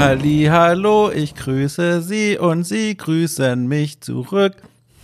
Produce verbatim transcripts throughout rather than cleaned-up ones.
Halli, hallo, ich grüße Sie und Sie grüßen mich zurück.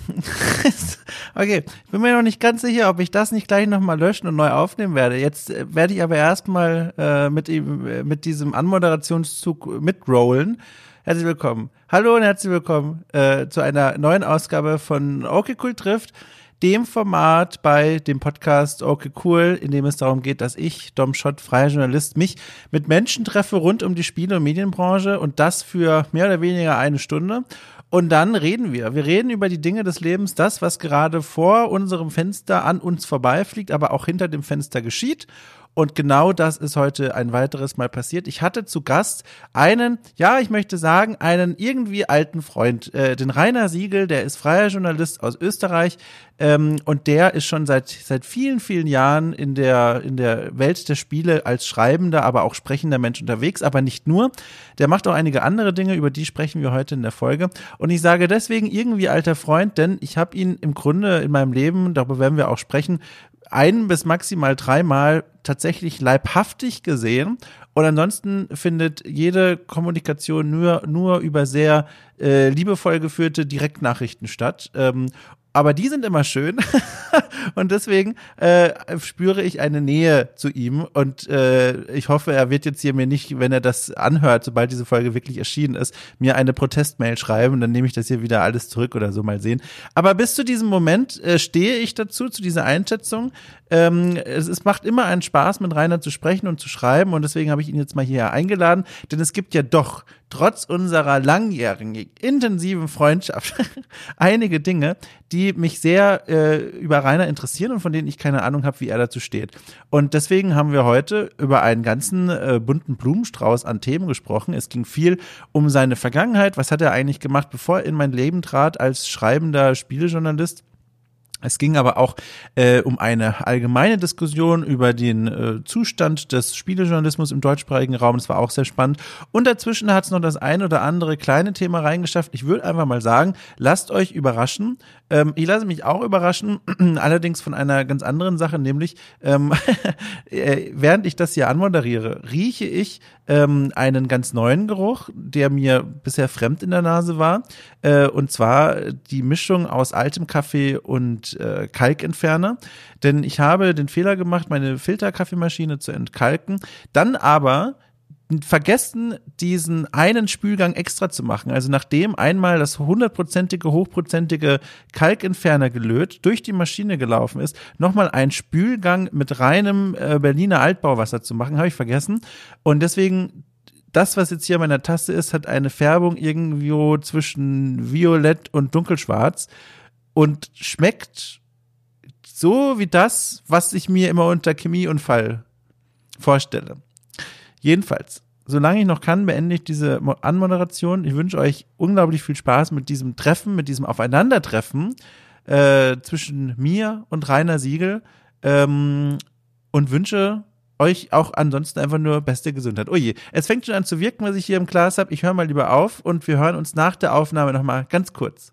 Okay, ich bin mir noch nicht ganz sicher, ob ich das nicht gleich nochmal löschen und neu aufnehmen werde. Jetzt äh, werde ich aber erstmal äh, mit ihm, äh, mit diesem Anmoderationszug mitrollen. Herzlich willkommen. Hallo und herzlich willkommen äh, zu einer neuen Ausgabe von Okay Cool trifft, dem Format bei dem Podcast Okay Cool, in dem es darum geht, dass ich, Dom Schott, freier Journalist, mich mit Menschen treffe rund um die Spiele- und Medienbranche und das für mehr oder weniger eine Stunde. Und dann reden wir. Wir reden über die Dinge des Lebens, das, was gerade vor unserem Fenster an uns vorbeifliegt, aber auch hinter dem Fenster geschieht. Und genau das ist heute ein weiteres Mal passiert. Ich hatte zu Gast einen, ja, ich möchte sagen, einen irgendwie alten Freund, äh, den Rainer Siegel, der ist freier Journalist aus Österreich, ähm, und der ist schon seit seit vielen, vielen Jahren in der in der Welt der Spiele als schreibender, aber auch sprechender Mensch unterwegs, aber nicht nur. Der macht auch einige andere Dinge, über die sprechen wir heute in der Folge. Und ich sage deswegen irgendwie alter Freund, denn ich habe ihn im Grunde in meinem Leben, darüber werden wir auch sprechen, ein bis maximal dreimal tatsächlich leibhaftig gesehen. Und ansonsten findet jede Kommunikation nur, nur über sehr äh, liebevoll geführte Direktnachrichten statt. Ähm, aber die sind immer schön und deswegen äh, spüre ich eine Nähe zu ihm und äh, ich hoffe, er wird jetzt hier mir nicht, wenn er das anhört, sobald diese Folge wirklich erschienen ist, mir eine Protestmail schreiben, dann nehme ich das hier wieder alles zurück oder so, mal sehen. Aber bis zu diesem Moment äh, stehe ich dazu, zu dieser Einschätzung. Ähm, es, es macht immer einen Spaß, mit Rainer zu sprechen und zu schreiben und deswegen habe ich ihn jetzt mal hier eingeladen, denn es gibt ja doch trotz unserer langjährigen, intensiven Freundschaft einige Dinge, die mich sehr äh, über Rainer interessieren und von denen ich keine Ahnung habe, wie er dazu steht. Und deswegen haben wir heute über einen ganzen äh, bunten Blumenstrauß an Themen gesprochen. Es ging viel um seine Vergangenheit. Was hat er eigentlich gemacht, bevor er in mein Leben trat als schreibender Spielejournalist? Es ging aber auch äh, um eine allgemeine Diskussion über den äh, Zustand des Spielejournalismus im deutschsprachigen Raum. Das war auch sehr spannend. Und dazwischen hat es noch das ein oder andere kleine Thema reingeschafft. Ich würde einfach mal sagen, lasst euch überraschen. Ähm, ich lasse mich auch überraschen, allerdings von einer ganz anderen Sache, nämlich ähm, äh, während ich das hier anmoderiere, rieche ich ähm, einen ganz neuen Geruch, der mir bisher fremd in der Nase war. Äh, und zwar die Mischung aus altem Kaffee und äh, Kalkentferner. Denn ich habe den Fehler gemacht, meine Filterkaffeemaschine zu entkalken, dann aber vergessen, diesen einen Spülgang extra zu machen. Also nachdem einmal das hundertprozentige, hochprozentige Kalkentferner gelöt durch die Maschine gelaufen ist, nochmal einen Spülgang mit reinem äh, Berliner Altbauwasser zu machen, habe ich vergessen. Und deswegen, das, was jetzt hier in meiner Tasse ist, hat eine Färbung irgendwo zwischen Violett und Dunkelschwarz und schmeckt so wie das, was ich mir immer unter Chemieunfall vorstelle. Jedenfalls, solange ich noch kann, beende ich diese Anmoderation. Ich wünsche euch unglaublich viel Spaß mit diesem Treffen, mit diesem Aufeinandertreffen äh, zwischen mir und Rainer Siegel ähm, und wünsche euch auch ansonsten einfach nur beste Gesundheit. Oh je, es fängt schon an zu wirken, was ich hier im Glas habe. Ich höre mal lieber auf und wir hören uns nach der Aufnahme nochmal ganz kurz.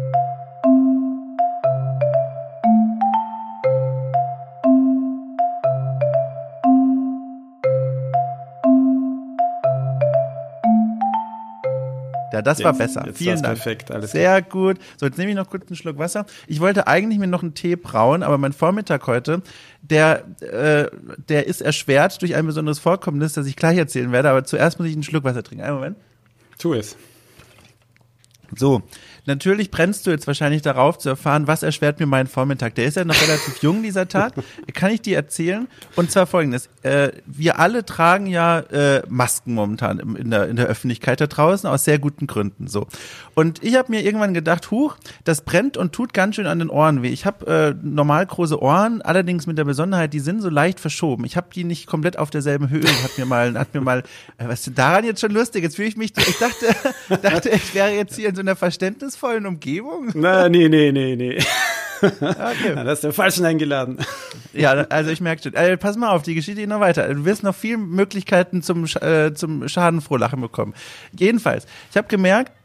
Ja, das jetzt, war besser. Jetzt Vielen Dank. Perfekt, alles Sehr gut. So, jetzt nehme ich noch kurz einen Schluck Wasser. Ich wollte eigentlich mir noch einen Tee brauen, aber mein Vormittag heute, der, äh, der ist erschwert durch ein besonderes Vorkommnis, das ich gleich erzählen werde. Aber zuerst muss ich einen Schluck Wasser trinken. Einen Moment. Tu es. So, natürlich brennst du jetzt wahrscheinlich darauf zu erfahren, was erschwert mir meinen Vormittag. Der ist ja noch relativ jung, dieser Tag. Kann ich dir erzählen? Und zwar folgendes. Äh, wir alle tragen ja äh, Masken momentan im, in, der, in der Öffentlichkeit da draußen, aus sehr guten Gründen. So. Und ich habe mir irgendwann gedacht, huch, das brennt und tut ganz schön an den Ohren weh. Ich habe äh, normal große Ohren, allerdings mit der Besonderheit, die sind so leicht verschoben. Ich habe die nicht komplett auf derselben Höhe. Hat mir mal, hat mir mal, äh, was ist denn daran jetzt schon lustig? Jetzt fühle ich mich, ich dachte, dachte, ich wäre jetzt hier in so einer verständnisvollen Umgebung. Na, nee, nee, nee, nee. Okay. Da hast du falschen eingeladen. Ja, also ich merke schon. Also pass mal auf, die Geschichte geht noch weiter. Du wirst noch viele Möglichkeiten zum, äh, zum Schadenfrohlachen bekommen. Jedenfalls, ich habe gemerkt,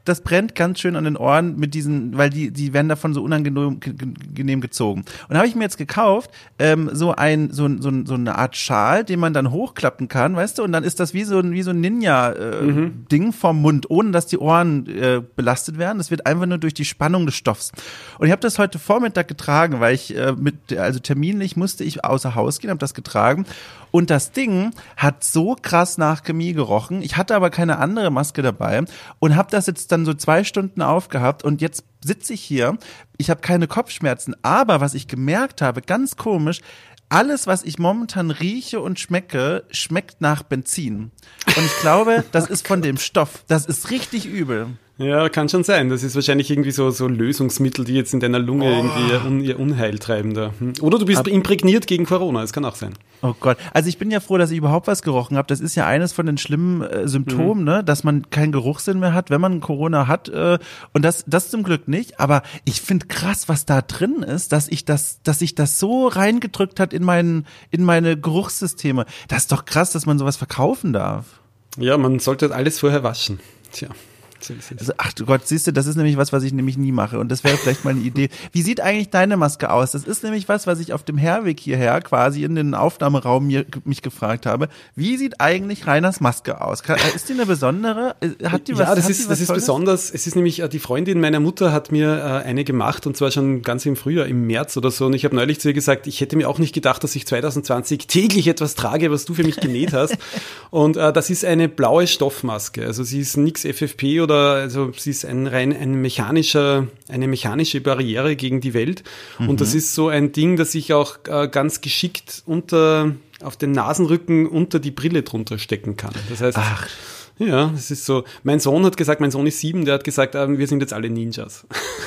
das brennt ganz schön an den Ohren mit diesen, weil die, die werden davon so unangenehm gezogen. Und da habe ich mir jetzt gekauft, ähm, so ein, so, so, so eine Art Schal, den man dann hochklappen kann, weißt du, und dann ist das wie so ein, wie so ein Ninja-Ding äh, mhm. vom Mund, ohne dass die Ohren äh, belastet werden. Das wird einfach nur durch die Spannung des Stoffs. Und ich habe das heute Vormittag getragen, weil ich äh, mit, also terminlich musste ich außer Haus gehen, habe das getragen. Und das Ding hat so krass nach Chemie gerochen. Ich hatte aber keine andere Maske dabei und habe das jetzt dann so zwei Stunden aufgehabt und jetzt sitze ich hier. Ich habe keine Kopfschmerzen, aber was ich gemerkt habe, ganz komisch, alles, was ich momentan rieche und schmecke, schmeckt nach Benzin. Und ich glaube, das ist von dem Stoff. Das ist richtig übel. Ja, kann schon sein. Das ist wahrscheinlich irgendwie so, so Lösungsmittel, die jetzt in deiner Lunge oh. irgendwie ihr, Un, ihr Unheil treiben da. Oder du bist Ab- imprägniert gegen Corona, das kann auch sein. Oh Gott. Also ich bin ja froh, dass ich überhaupt was gerochen habe. Das ist ja eines von den schlimmen äh, Symptomen, mhm. ne, dass man keinen Geruchssinn mehr hat, wenn man Corona hat. Äh, und das, das zum Glück nicht. Aber ich finde krass, was da drin ist, dass ich das, dass sich das so reingedrückt hat in meinen, in meine Geruchssysteme. Das ist doch krass, dass man sowas verkaufen darf. Ja, man sollte alles vorher waschen. Tja. Also, ach du Gott, siehst du, das ist nämlich was, was ich nämlich nie mache und das wäre vielleicht mal eine Idee. Wie sieht eigentlich deine Maske aus? Das ist nämlich was, was ich auf dem Herweg hierher quasi in den Aufnahmeraum mir, mich gefragt habe. Wie sieht eigentlich Reiners Maske aus? Ist die eine besondere? Hat die was? Ja, das hat ist, die was das ist besonders. Es ist nämlich, die Freundin meiner Mutter hat mir eine gemacht und zwar schon ganz im Frühjahr, im März oder so und ich habe neulich zu ihr gesagt, ich hätte mir auch nicht gedacht, dass ich zwanzig zwanzig täglich etwas trage, was du für mich genäht hast und äh, das ist eine blaue Stoffmaske. Also sie ist nix F F P oder also sie ist ein rein ein mechanischer, eine mechanische Barriere gegen die Welt. Mhm. Und das ist so ein Ding, das ich auch äh, ganz geschickt unter, auf den Nasenrücken unter die Brille drunter stecken kann. Das heißt, ach. Ja, es ist so. Mein Sohn hat gesagt, mein Sohn ist sieben, der hat gesagt, äh, wir sind jetzt alle Ninjas.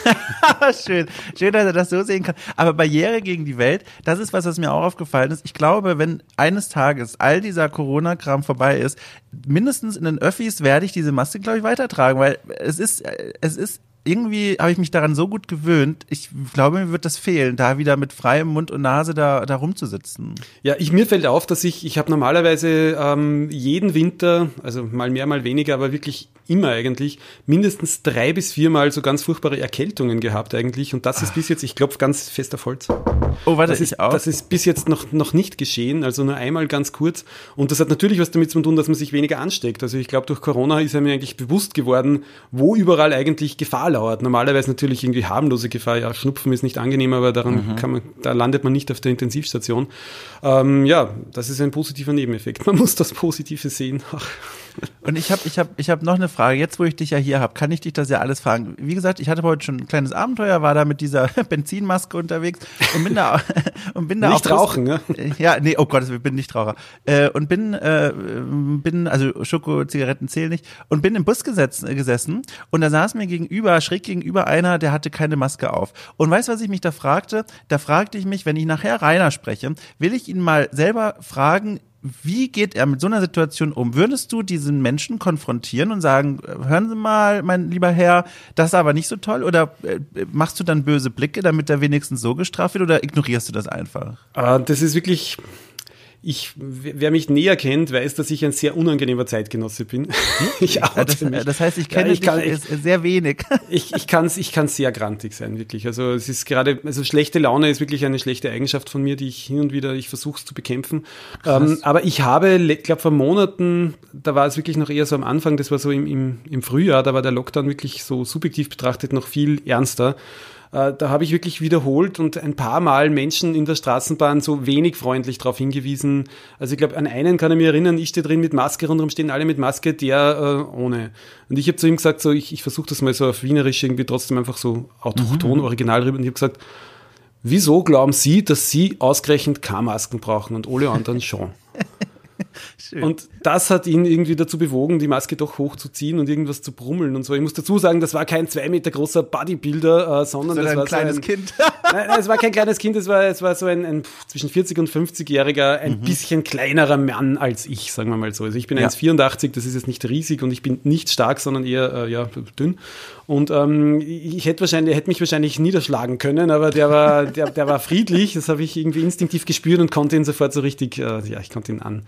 Schön, schön, dass er das so sehen kann. Aber Barriere gegen die Welt, das ist was, was mir auch aufgefallen ist. Ich glaube, wenn eines Tages all dieser Corona-Kram vorbei ist, mindestens in den Öffis werde ich diese Maske, glaube ich, weitertragen, weil es ist, es ist irgendwie habe ich mich daran so gut gewöhnt, ich glaube, mir wird das fehlen, da wieder mit freiem Mund und Nase da, da rumzusitzen. Ja, ich, mir fällt auf, dass ich, ich habe normalerweise ähm, jeden Winter, also mal mehr, mal weniger, aber wirklich immer eigentlich, mindestens drei bis viermal so ganz furchtbare Erkältungen gehabt eigentlich und das ist bis jetzt, ich klopfe ganz fest auf Holz. Oh, warte, das ist, ich auch? Das ist bis jetzt noch, noch nicht geschehen, also nur einmal ganz kurz und das hat natürlich was damit zu tun, dass man sich weniger ansteckt. Also ich glaube, durch Corona ist mir eigentlich bewusst geworden, wo überall eigentlich Gefahr lauert. Normalerweise natürlich irgendwie harmlose Gefahr, ja, Schnupfen ist nicht angenehm, aber daran mhm. kann man, da landet man nicht auf der Intensivstation. Ähm, ja, das ist ein positiver Nebeneffekt. Man muss das Positive sehen. Und ich habe ich hab, ich hab noch eine Frage, jetzt wo ich dich ja hier habe, kann ich dich das ja alles fragen. Wie gesagt, ich hatte heute schon ein kleines Abenteuer, war da mit dieser Benzinmaske unterwegs und bin da und bin da nicht auch rauchen, ne? Ja, nee, oh Gott, ich bin nicht Raucher. Äh, und bin äh, bin also Schoko Zigaretten zählen nicht und bin im Bus gesetz, gesessen und da saß mir gegenüber schräg gegenüber einer, der hatte keine Maske auf. Und weißt du, was ich mich da fragte? Da fragte ich mich, wenn ich nachher Rainer spreche, will ich ihn mal selber fragen, wie geht er mit so einer Situation um? Würdest du diesen Menschen konfrontieren und sagen, hören Sie mal, mein lieber Herr, das ist aber nicht so toll? Oder äh, machst du dann böse Blicke, damit er wenigstens so gestraft wird? Oder ignorierst du das einfach? Äh, das ist wirklich... Ich, wer mich näher kennt, weiß, dass ich ein sehr unangenehmer Zeitgenosse bin. Ich oute das, mich. Das heißt, ich kenne ja, ich kann, dich ich, sehr wenig. Ich, ich kann ich kann sehr grantig sein, wirklich. Also es ist gerade, also schlechte Laune ist wirklich eine schlechte Eigenschaft von mir, die ich hin und wieder, ich versuche es zu bekämpfen. Ähm, aber ich habe, ich glaube vor Monaten, da war es wirklich noch eher so am Anfang, das war so im, im, im Frühjahr, da war der Lockdown wirklich so subjektiv betrachtet noch viel ernster. Da habe ich wirklich wiederholt und ein paar Mal Menschen in der Straßenbahn so wenig freundlich darauf hingewiesen. Also ich glaube, an einen kann ich mich erinnern, ich stehe drin mit Maske, rundherum stehen alle mit Maske, der äh, ohne. Und ich habe zu ihm gesagt, so ich, ich versuche das mal so auf Wienerisch irgendwie trotzdem einfach so autochton, mhm. original rüber. Und ich habe gesagt, wieso glauben Sie, dass Sie ausgerechnet keine Masken brauchen und alle anderen schon? Schön. Und das hat ihn irgendwie dazu bewogen, die Maske doch hochzuziehen und irgendwas zu brummeln und so. Ich muss dazu sagen, das war kein zwei Meter großer Bodybuilder, äh, sondern das, das war ein kleines so ein, Kind. Nein, nein, es war kein kleines Kind, es war, es war so ein, ein zwischen vierzig- und fünfzigjähriger, ein mhm. bisschen kleinerer Mann als ich, sagen wir mal so. Also ich bin ja. eins Komma vierundachtzig, das ist jetzt nicht riesig und ich bin nicht stark, sondern eher äh, ja, dünn. Und ähm, ich hätte wahrscheinlich, hätte mich wahrscheinlich niederschlagen können, aber der war, der, der war friedlich. Das habe ich irgendwie instinktiv gespürt und konnte ihn sofort so richtig, äh, ja, ich konnte ihn an, anstupsen.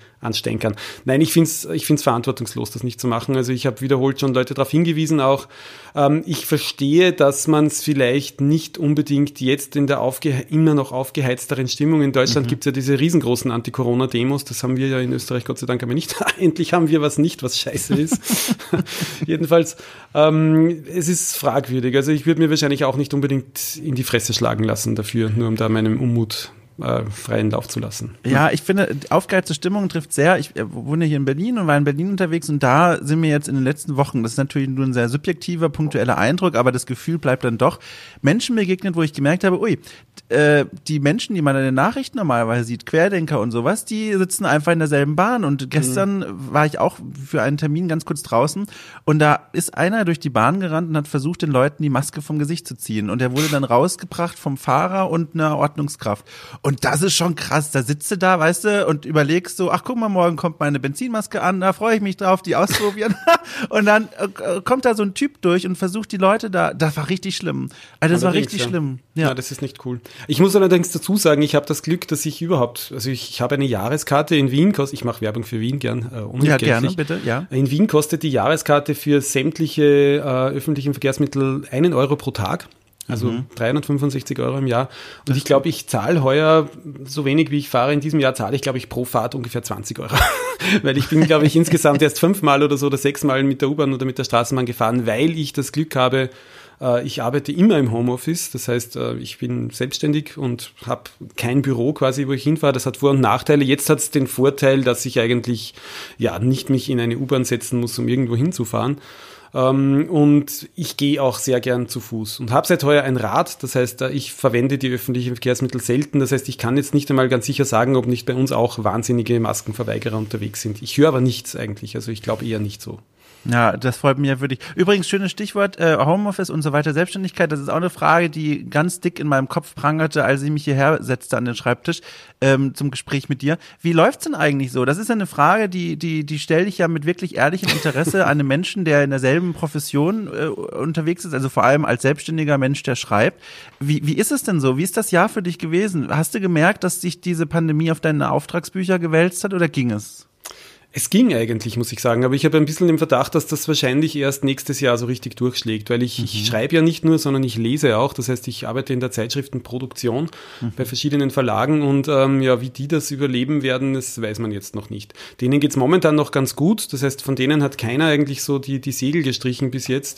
stänkern. Nein, ich finde es ich find's verantwortungslos, das nicht zu machen. Also ich habe wiederholt schon Leute darauf hingewiesen auch. Ähm, ich verstehe, dass man es vielleicht nicht unbedingt jetzt in der aufge- immer noch aufgeheizteren Stimmung, in Deutschland mhm. gibt es ja diese riesengroßen Anti-Corona-Demos, das haben wir ja in Österreich Gott sei Dank aber nicht. Endlich haben wir was nicht, was scheiße ist. Jedenfalls, ähm, es ist fragwürdig. Also ich würde mir wahrscheinlich auch nicht unbedingt in die Fresse schlagen lassen dafür, nur um da meinem Unmut Äh, freien Lauf zu lassen. Ja, ich finde, aufgeheizte Stimmung trifft sehr. Ich äh, wohne hier in Berlin und war in Berlin unterwegs und da sind wir jetzt in den letzten Wochen, das ist natürlich nur ein sehr subjektiver, punktueller Eindruck, aber das Gefühl bleibt dann doch, Menschen begegnet, wo ich gemerkt habe, ui, äh, die Menschen, die man in den Nachrichten normalerweise sieht, Querdenker und sowas, die sitzen einfach in derselben Bahn und gestern mhm. war ich auch für einen Termin ganz kurz draußen und da ist einer durch die Bahn gerannt und hat versucht, den Leuten die Maske vom Gesicht zu ziehen und der wurde dann rausgebracht vom Fahrer und einer Ordnungskraft. Und das ist schon krass. Da sitzt du da, weißt du, und überlegst so, ach guck mal, morgen kommt meine Benzinmaske an, da freue ich mich drauf, die auszuprobieren. Und dann äh, kommt da so ein Typ durch und versucht die Leute da, das war richtig schlimm. Also das allerdings, war richtig ja. schlimm. Ja. ja, das ist nicht cool. Ich muss allerdings dazu sagen, ich habe das Glück, dass ich überhaupt, also ich, ich habe eine Jahreskarte in Wien, kost, ich mache Werbung für Wien gern. Äh, ja, gerne, bitte, ja. In Wien kostet die Jahreskarte für sämtliche äh, öffentlichen Verkehrsmittel einen Euro pro Tag. Also mhm. dreihundertfünfundsechzig Euro im Jahr. Und ich glaube, ich zahle heuer, so wenig wie ich fahre, in diesem Jahr zahle ich, glaube ich, pro Fahrt ungefähr zwanzig Euro. Weil ich bin, glaube ich, insgesamt erst fünfmal oder so oder sechsmal mit der U-Bahn oder mit der Straßenbahn gefahren, weil ich das Glück habe, äh, ich arbeite immer im Homeoffice. Das heißt, äh, ich bin selbstständig und habe kein Büro quasi, wo ich hinfahre. Das hat Vor- und Nachteile. Jetzt hat es den Vorteil, dass ich eigentlich ja nicht mich in eine U-Bahn setzen muss, um irgendwo hinzufahren. Um, und ich gehe auch sehr gern zu Fuß und habe seit heuer ein Rad, das heißt, ich verwende die öffentlichen Verkehrsmittel selten, das heißt, ich kann jetzt nicht einmal ganz sicher sagen, ob nicht bei uns auch wahnsinnige Maskenverweigerer unterwegs sind. Ich höre aber nichts eigentlich, also ich glaube eher nicht so. Ja, das freut mich ja wirklich. Übrigens, schönes Stichwort, äh, Homeoffice und so weiter, Selbstständigkeit, das ist auch eine Frage, die ganz dick in meinem Kopf prangerte, als ich mich hierher setzte an den Schreibtisch ähm, zum Gespräch mit dir. Wie läuft's denn eigentlich so? Das ist ja eine Frage, die die die stelle ich ja mit wirklich ehrlichem Interesse an einem Menschen, der in derselben Profession äh, unterwegs ist, also vor allem als selbstständiger Mensch, der schreibt. Wie wie ist es denn so? Wie ist das Jahr für dich gewesen? Hast du gemerkt, dass sich diese Pandemie auf deine Auftragsbücher gewälzt hat oder ging es? Es ging eigentlich, muss ich sagen, aber ich habe ein bisschen den Verdacht, dass das wahrscheinlich erst nächstes Jahr so richtig durchschlägt, weil ich, mhm. ich schreibe ja nicht nur, sondern ich lese auch, das heißt, ich arbeite in der Zeitschriftenproduktion mhm. bei verschiedenen Verlagen und ähm, ja, wie die das überleben werden, das weiß man jetzt noch nicht. Denen geht's momentan noch ganz gut, das heißt, von denen hat keiner eigentlich so die, die Segel gestrichen bis jetzt.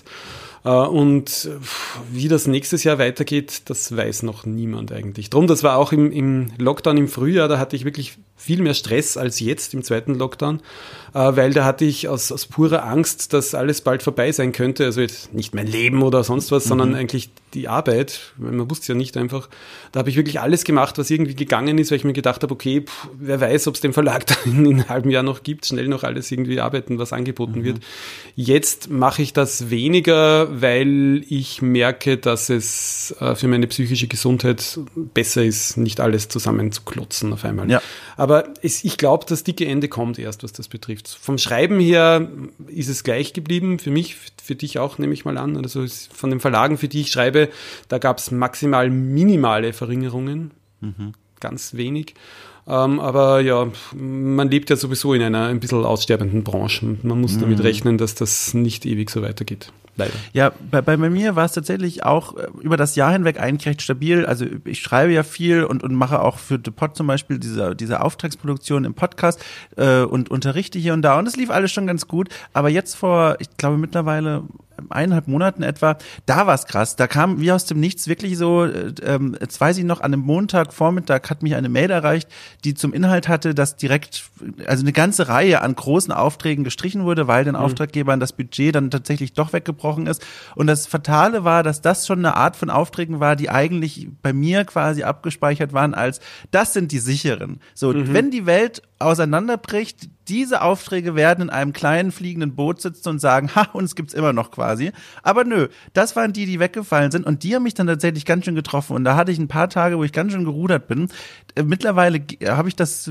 Und wie das nächstes Jahr weitergeht, das weiß noch niemand eigentlich. Drum, das war auch im, im Lockdown im Frühjahr, da hatte ich wirklich viel mehr Stress als jetzt im zweiten Lockdown, weil da hatte ich aus, aus purer Angst, dass alles bald vorbei sein könnte, also jetzt nicht mein Leben oder sonst was, mhm. sondern eigentlich die Arbeit, weil man wusste ja nicht einfach, da habe ich wirklich alles gemacht, was irgendwie gegangen ist, weil ich mir gedacht habe, okay, pff, wer weiß, ob es den Verlag dann in, in einem halben Jahr noch gibt, schnell noch alles irgendwie arbeiten, was angeboten mhm. wird. Jetzt mache ich das weniger, weil ich merke, dass es äh, für meine psychische Gesundheit besser ist, nicht alles zusammenzuklotzen auf einmal. Ja. Aber es, ich glaube, das dicke Ende kommt erst, was das betrifft. Vom Schreiben her ist es gleich geblieben, für mich, für dich auch, nehme ich mal an. Also von den Verlagen, für die ich schreibe, da gab es maximal minimale Verringerungen, mhm. ganz wenig. Ähm, aber ja, man lebt ja sowieso in einer ein bisschen aussterbenden Branche. Man muss mhm. damit rechnen, dass das nicht ewig so weitergeht. Leider. Ja, bei, bei mir war es tatsächlich auch über das Jahr hinweg eigentlich recht stabil. Also ich schreibe ja viel und, und mache auch für The Pod zum Beispiel diese, diese Auftragsproduktion im Podcast äh, und unterrichte hier und da. Und es lief alles schon ganz gut. Aber jetzt vor, ich glaube mittlerweile eineinhalb Monaten etwa, da war es krass. Da kam wie aus dem Nichts wirklich so, ähm, jetzt weiß ich noch, an einem Montagvormittag hat mich eine Mail erreicht, die zum Inhalt hatte, dass direkt, also eine ganze Reihe an großen Aufträgen gestrichen wurde, weil den mhm. Auftraggebern das Budget dann tatsächlich doch weggebrochen ist. Und das Fatale war, dass das schon eine Art von Aufträgen war, die eigentlich bei mir quasi abgespeichert waren als, das sind die sicheren. So, mhm. wenn die Welt auseinanderbricht, diese Aufträge werden in einem kleinen fliegenden Boot sitzen und sagen, ha, uns gibt's immer noch quasi. Aber nö, das waren die, die weggefallen sind und die haben mich dann tatsächlich ganz schön getroffen und da hatte ich ein paar Tage, wo ich ganz schön gerudert bin. Mittlerweile habe ich das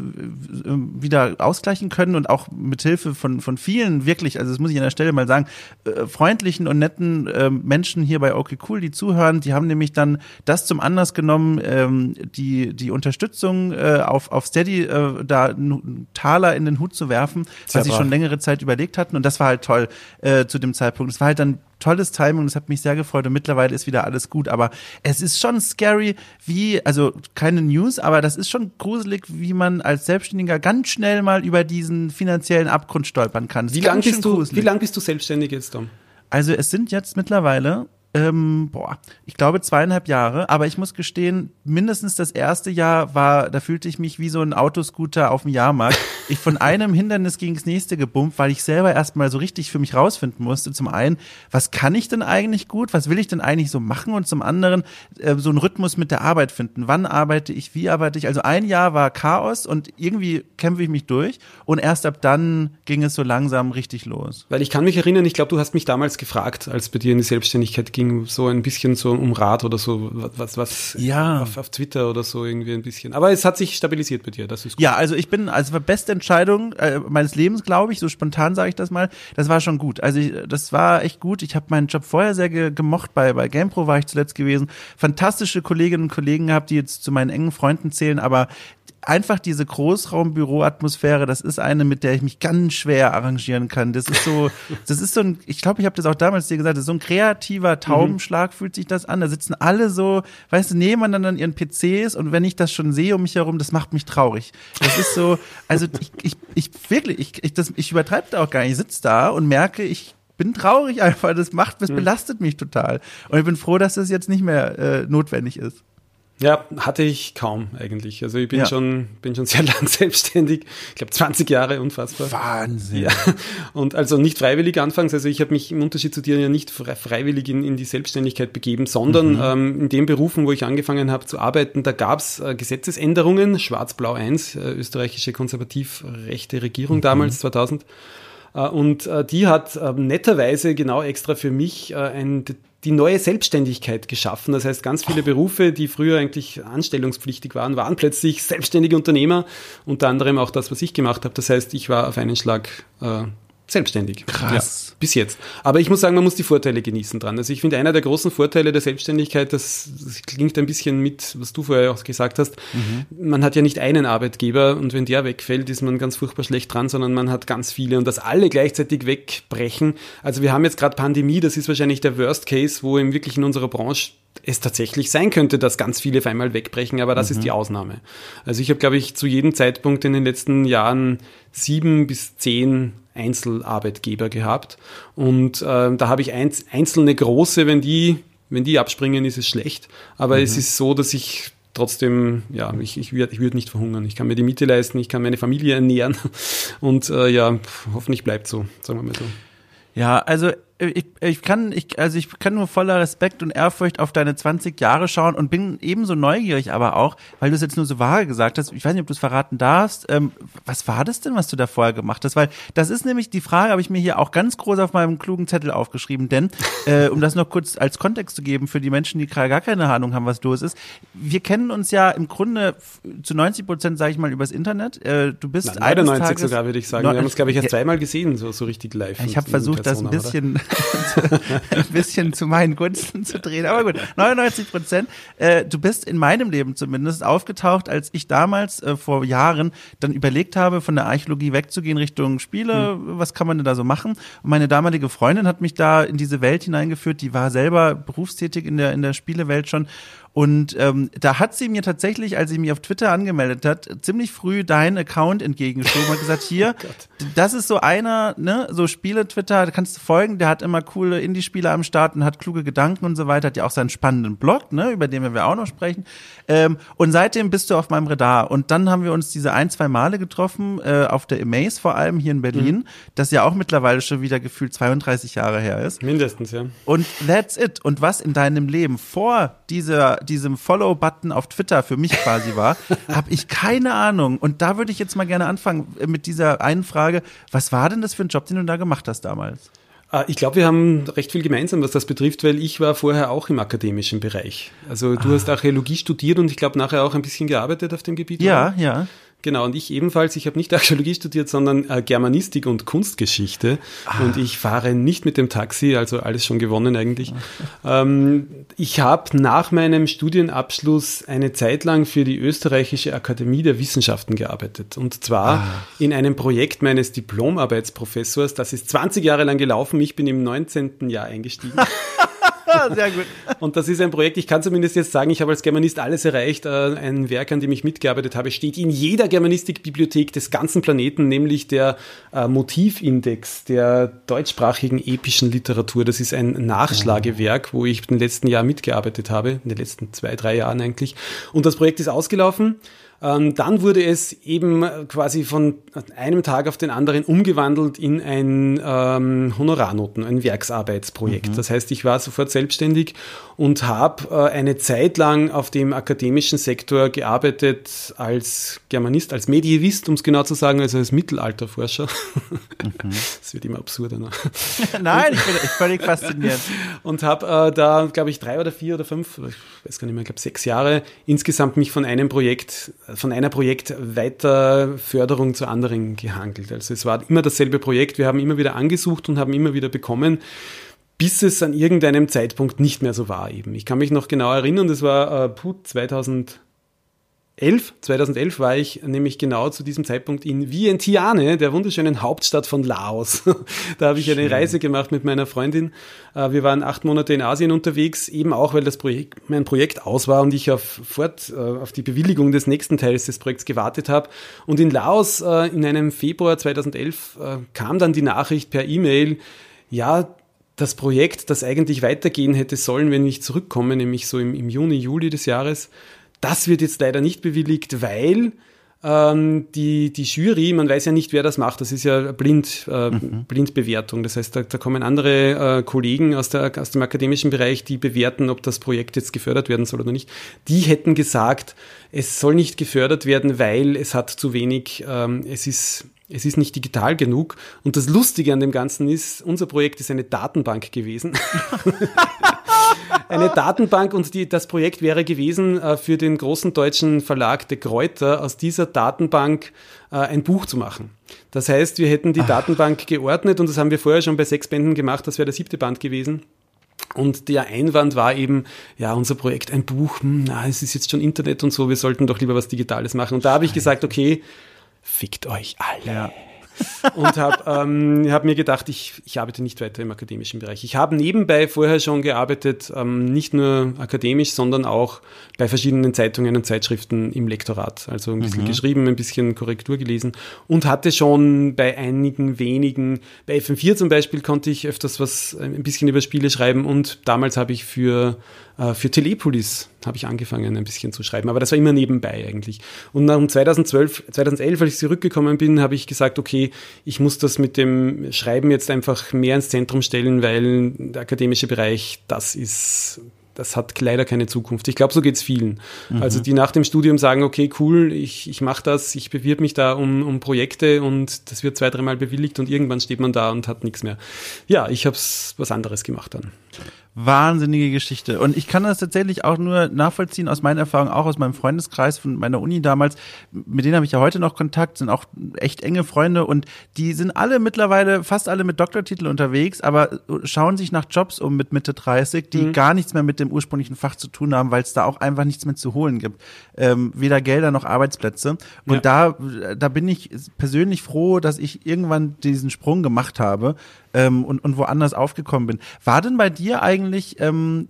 wieder ausgleichen können und auch mit Hilfe von von vielen wirklich, also das muss ich an der Stelle mal sagen, freundlichen und netten Menschen hier bei Okay Cool, die zuhören, die haben nämlich dann das zum Anlass genommen, die die Unterstützung auf auf Steady da einen Taler in den Hut zu zu werfen, Sehr was sie brav. schon längere Zeit überlegt hatten. Und das war halt toll äh, zu dem Zeitpunkt. Es war halt dann tolles Timing und es hat mich sehr gefreut und mittlerweile ist wieder alles gut. Aber es ist schon scary, wie, also keine News, aber das ist schon gruselig, wie man als Selbstständiger ganz schnell mal über diesen finanziellen Abgrund stolpern kann. Wie lange bist, du, wie lang bist du selbstständig jetzt, Tom? Also es sind jetzt mittlerweile, ähm, boah, ich glaube zweieinhalb Jahre, aber ich muss gestehen, mindestens das erste Jahr war, da fühlte ich mich wie so ein Autoscooter auf dem Jahrmarkt. Ich von einem Hindernis gegen das nächste gebumpt, weil ich selber erstmal so richtig für mich rausfinden musste. Zum einen, was kann ich denn eigentlich gut? Was will ich denn eigentlich so machen? Und zum anderen, äh, so einen Rhythmus mit der Arbeit finden. Wann arbeite ich? Wie arbeite ich? Also ein Jahr war Chaos und irgendwie kämpfe ich mich durch und erst ab dann ging es so langsam richtig los. Weil ich kann mich erinnern, ich glaube, du hast mich damals gefragt, als bei dir in die Selbstständigkeit ging, so ein bisschen so um Rat oder so, was, was ja. auf, auf Twitter oder so irgendwie ein bisschen. Aber es hat sich stabilisiert bei dir, das ist gut. Ja, also ich bin, also war beste Entscheidung äh, meines Lebens, glaube ich, so spontan sage ich das mal, das war schon gut. Also ich, das war echt gut. Ich habe meinen Job vorher sehr ge- gemocht, bei, bei GamePro war ich zuletzt gewesen. Fantastische Kolleginnen und Kollegen gehabt, die jetzt zu meinen engen Freunden zählen, aber einfach diese Großraumbüro-Atmosphäre, das ist eine, mit der ich mich ganz schwer arrangieren kann. Das ist so, das ist so ein, ich glaube, ich habe das auch damals dir gesagt, das ist so ein kreativer Taubenschlag, mhm. fühlt sich das an. Da sitzen alle so, weißt du, nebeneinander an ihren P Cs und wenn ich das schon sehe um mich herum, das macht mich traurig. Das ist so, also ich, ich, ich wirklich, ich, ich, das, ich übertreibe da auch gar nicht. Ich sitze da und merke, ich bin traurig einfach. Das macht, das belastet mich total. Und ich bin froh, dass das jetzt nicht mehr äh, notwendig ist. Ja, hatte ich kaum eigentlich. Also ich bin ja. schon bin schon sehr lang selbstständig. Ich glaube zwanzig Jahre, unfassbar. Wahnsinn. Ja. Und also nicht freiwillig anfangs. Also ich habe mich im Unterschied zu dir ja nicht freiwillig in, in die Selbstständigkeit begeben, sondern mhm. ähm, in den Berufen, wo ich angefangen habe zu arbeiten, da gab es äh, Gesetzesänderungen. Schwarz-Blau eins, äh, österreichische konservativ-rechte Regierung mhm. damals, zweitausend. Äh, und äh, die hat äh, netterweise genau extra für mich äh, ein die neue Selbstständigkeit geschaffen. Das heißt, ganz viele Berufe, die früher eigentlich anstellungspflichtig waren, waren plötzlich selbstständige Unternehmer. Unter anderem auch das, was ich gemacht habe. Das heißt, ich war auf einen Schlag äh, selbstständig. Krass. Ja, bis jetzt. Aber ich muss sagen, man muss die Vorteile genießen dran. Also ich finde, einer der großen Vorteile der Selbstständigkeit, das, das klingt ein bisschen mit, was du vorher auch gesagt hast, mhm. man hat ja nicht einen Arbeitgeber und wenn der wegfällt, ist man ganz furchtbar schlecht dran, sondern man hat ganz viele und dass alle gleichzeitig wegbrechen. Also wir haben jetzt gerade Pandemie, das ist wahrscheinlich der Worst Case, wo eben wirklich in unserer Branche es tatsächlich sein könnte, dass ganz viele auf einmal wegbrechen, aber das mhm. ist die Ausnahme. Also ich habe, glaube ich, zu jedem Zeitpunkt in den letzten Jahren sieben bis zehn Einzelarbeitgeber gehabt und äh, da habe ich einz- einzelne große, wenn die, wenn die abspringen, ist es schlecht, aber mhm. es ist so, dass ich trotzdem, ja, ich, ich würde ich würd nicht verhungern. Ich kann mir die Miete leisten, ich kann meine Familie ernähren und äh, ja, hoffentlich bleibt so, sagen wir mal so. Ja, also ich, ich kann ich also ich kann nur voller Respekt und Ehrfurcht auf deine zwanzig Jahre schauen und bin ebenso neugierig, aber auch, weil du es jetzt nur so vage gesagt hast, ich weiß nicht, ob du es verraten darfst, ähm, was war das denn, was du da vorher gemacht hast? Weil das ist nämlich die Frage, habe ich mir hier auch ganz groß auf meinem klugen Zettel aufgeschrieben, denn äh, um das noch kurz als Kontext zu geben für die Menschen, die gar keine Ahnung haben, was los ist, wir kennen uns ja im Grunde zu neunzig Prozent, sage ich mal, übers Internet. Äh, du bist neunundneunzig sogar, würde ich sagen. Wir haben uns, glaube ich, erst zweimal gesehen, so, so richtig live. Ich habe versucht, das ein bisschen ein bisschen zu meinen Gunsten zu drehen. Aber gut, neunundneunzig Prozent. Äh, du bist in meinem Leben zumindest aufgetaucht, als ich damals äh, vor Jahren dann überlegt habe, von der Archäologie wegzugehen Richtung Spiele. Hm. Was kann man denn da so machen? Und meine damalige Freundin hat mich da in diese Welt hineingeführt. Die war selber berufstätig in der in der Spielewelt schon. Und ähm, da hat sie mir tatsächlich, als sie mich auf Twitter angemeldet hat, ziemlich früh deinen Account entgegengeschoben und gesagt, hier, oh das ist so einer, ne, so Spiele-Twitter, da kannst du folgen, der hat immer coole Indie-Spiele am Start und hat kluge Gedanken und so weiter, hat ja auch seinen spannenden Blog, ne, über den wir auch noch sprechen. Ähm, und seitdem bist du auf meinem Radar. Und dann haben wir uns diese ein, zwei Male getroffen, äh, auf der Amaze vor allem hier in Berlin, mhm. das ja auch mittlerweile schon wieder gefühlt zweiunddreißig Jahre her ist. Mindestens, ja. Und that's it. Und was in deinem Leben vor dieser diesem Follow-Button auf Twitter für mich quasi war, habe ich keine Ahnung. Und da würde ich jetzt mal gerne anfangen mit dieser einen Frage. Was war denn das für ein Job, den du da gemacht hast damals? Ich glaube, wir haben recht viel gemeinsam, was das betrifft, weil ich war vorher auch im akademischen Bereich. Also du ah. hast Archäologie studiert und ich glaube nachher auch ein bisschen gearbeitet auf dem Gebiet. Ja, oder? ja. Genau, und ich ebenfalls. Ich habe nicht Archäologie studiert, sondern äh, Germanistik und Kunstgeschichte. Ah. Und ich fahre nicht mit dem Taxi, also alles schon gewonnen eigentlich. Ah. Ähm, ich habe nach meinem Studienabschluss eine Zeit lang für die Österreichische Akademie der Wissenschaften gearbeitet. Und zwar ah. in einem Projekt meines Diplomarbeitsprofessors. Das ist zwanzig Jahre lang gelaufen. Ich bin im neunzehnten Jahr eingestiegen. Sehr gut. Und das ist ein Projekt, ich kann zumindest jetzt sagen, ich habe als Germanist alles erreicht. Ein Werk, an dem ich mitgearbeitet habe, steht in jeder Germanistikbibliothek des ganzen Planeten, nämlich der Motivindex der deutschsprachigen epischen Literatur. Das ist ein Nachschlagewerk, wo ich in den letzten Jahren mitgearbeitet habe, in den letzten zwei, drei Jahren eigentlich. Und das Projekt ist ausgelaufen. Dann wurde es eben quasi von einem Tag auf den anderen umgewandelt in ein ähm, Honorarnoten, ein Werksarbeitsprojekt. Mhm. Das heißt, ich war sofort selbstständig und habe äh, eine Zeit lang auf dem akademischen Sektor gearbeitet als Germanist, als Medievist, um es genau zu sagen, also als Mittelalterforscher. Mhm. Das wird immer absurder. Ne? Nein, ich bin völlig fasziniert. Und habe äh, da, glaube ich, drei oder vier oder fünf, ich weiß gar nicht mehr, ich glaube sechs Jahre insgesamt mich von einem Projekt von einer Projektweiterförderung zur anderen gehangelt. Also es war immer dasselbe Projekt, wir haben immer wieder angesucht und haben immer wieder bekommen, bis es an irgendeinem Zeitpunkt nicht mehr so war eben. Ich kann mich noch genau erinnern, das war äh, puh, zweitausendelf. zweitausendelf war ich nämlich genau zu diesem Zeitpunkt in Vientiane, der wunderschönen Hauptstadt von Laos. Da habe ich Schön. eine Reise gemacht mit meiner Freundin. Wir waren acht Monate in Asien unterwegs, eben auch, weil das Projekt, mein Projekt aus war und ich auf, fort, auf die Bewilligung des nächsten Teils des Projekts gewartet habe. Und in Laos in einem Februar zweitausendelf kam dann die Nachricht per E-Mail, ja, das Projekt, das eigentlich weitergehen hätte sollen, wenn ich zurückkomme, nämlich so im, im Juni, Juli des Jahres, das wird jetzt leider nicht bewilligt, weil ähm, die, die Jury, man weiß ja nicht, wer das macht, das ist ja blind, äh, mhm. Blindbewertung. Das heißt, da, da kommen andere äh, Kollegen aus, der, aus dem akademischen Bereich, die bewerten, ob das Projekt jetzt gefördert werden soll oder nicht. Die hätten gesagt, es soll nicht gefördert werden, weil es hat zu wenig, ähm, es ist... Es ist nicht digital genug. Und das Lustige an dem Ganzen ist, unser Projekt ist eine Datenbank gewesen. Eine Datenbank und die, das Projekt wäre gewesen, äh, für den großen deutschen Verlag De Gruyter aus dieser Datenbank äh, ein Buch zu machen. Das heißt, wir hätten die Ach. Datenbank geordnet und das haben wir vorher schon bei sechs Bänden gemacht, das wäre der siebte Band gewesen. Und der Einwand war eben, ja, unser Projekt, ein Buch, hm, na, es ist jetzt schon Internet und so, wir sollten doch lieber was Digitales machen. Und da habe ich gesagt, okay, fickt euch alle. Ja. Und habe ähm, hab mir gedacht, ich, ich arbeite nicht weiter im akademischen Bereich. Ich habe nebenbei vorher schon gearbeitet, ähm, nicht nur akademisch, sondern auch bei verschiedenen Zeitungen und Zeitschriften im Lektorat. Also ein bisschen mhm. geschrieben, ein bisschen Korrektur gelesen und hatte schon bei einigen wenigen, bei F M vier zum Beispiel konnte ich öfters was, ein bisschen über Spiele schreiben und damals habe ich für, äh, für Telepolis habe ich angefangen, ein bisschen zu schreiben. Aber das war immer nebenbei eigentlich. Und nach zweitausendzwölf, zweitausendelf, als ich zurückgekommen bin, habe ich gesagt, okay, ich muss das mit dem Schreiben jetzt einfach mehr ins Zentrum stellen, weil der akademische Bereich, das ist, das hat leider keine Zukunft. Ich glaube, so geht's vielen. Mhm. Also die nach dem Studium sagen, okay, cool, ich, ich mache das, ich bewirb mich da um, um Projekte und das wird zwei, dreimal bewilligt und irgendwann steht man da und hat nichts mehr. Ja, ich habe was anderes gemacht dann. Wahnsinnige Geschichte. Und ich kann das tatsächlich auch nur nachvollziehen aus meiner Erfahrung, auch aus meinem Freundeskreis von meiner Uni damals. Mit denen habe ich ja heute noch Kontakt, sind auch echt enge Freunde und die sind alle mittlerweile, fast alle mit Doktortitel unterwegs, aber schauen sich nach Jobs um mit Mitte dreißig, die mhm. gar nichts mehr mit dem ursprünglichen Fach zu tun haben, weil es da auch einfach nichts mehr zu holen gibt. Ähm, weder Gelder noch Arbeitsplätze. Und ja. da, da bin ich persönlich froh, dass ich irgendwann diesen Sprung gemacht habe. Ähm, und, und woanders aufgekommen bin. War denn bei dir eigentlich, ähm,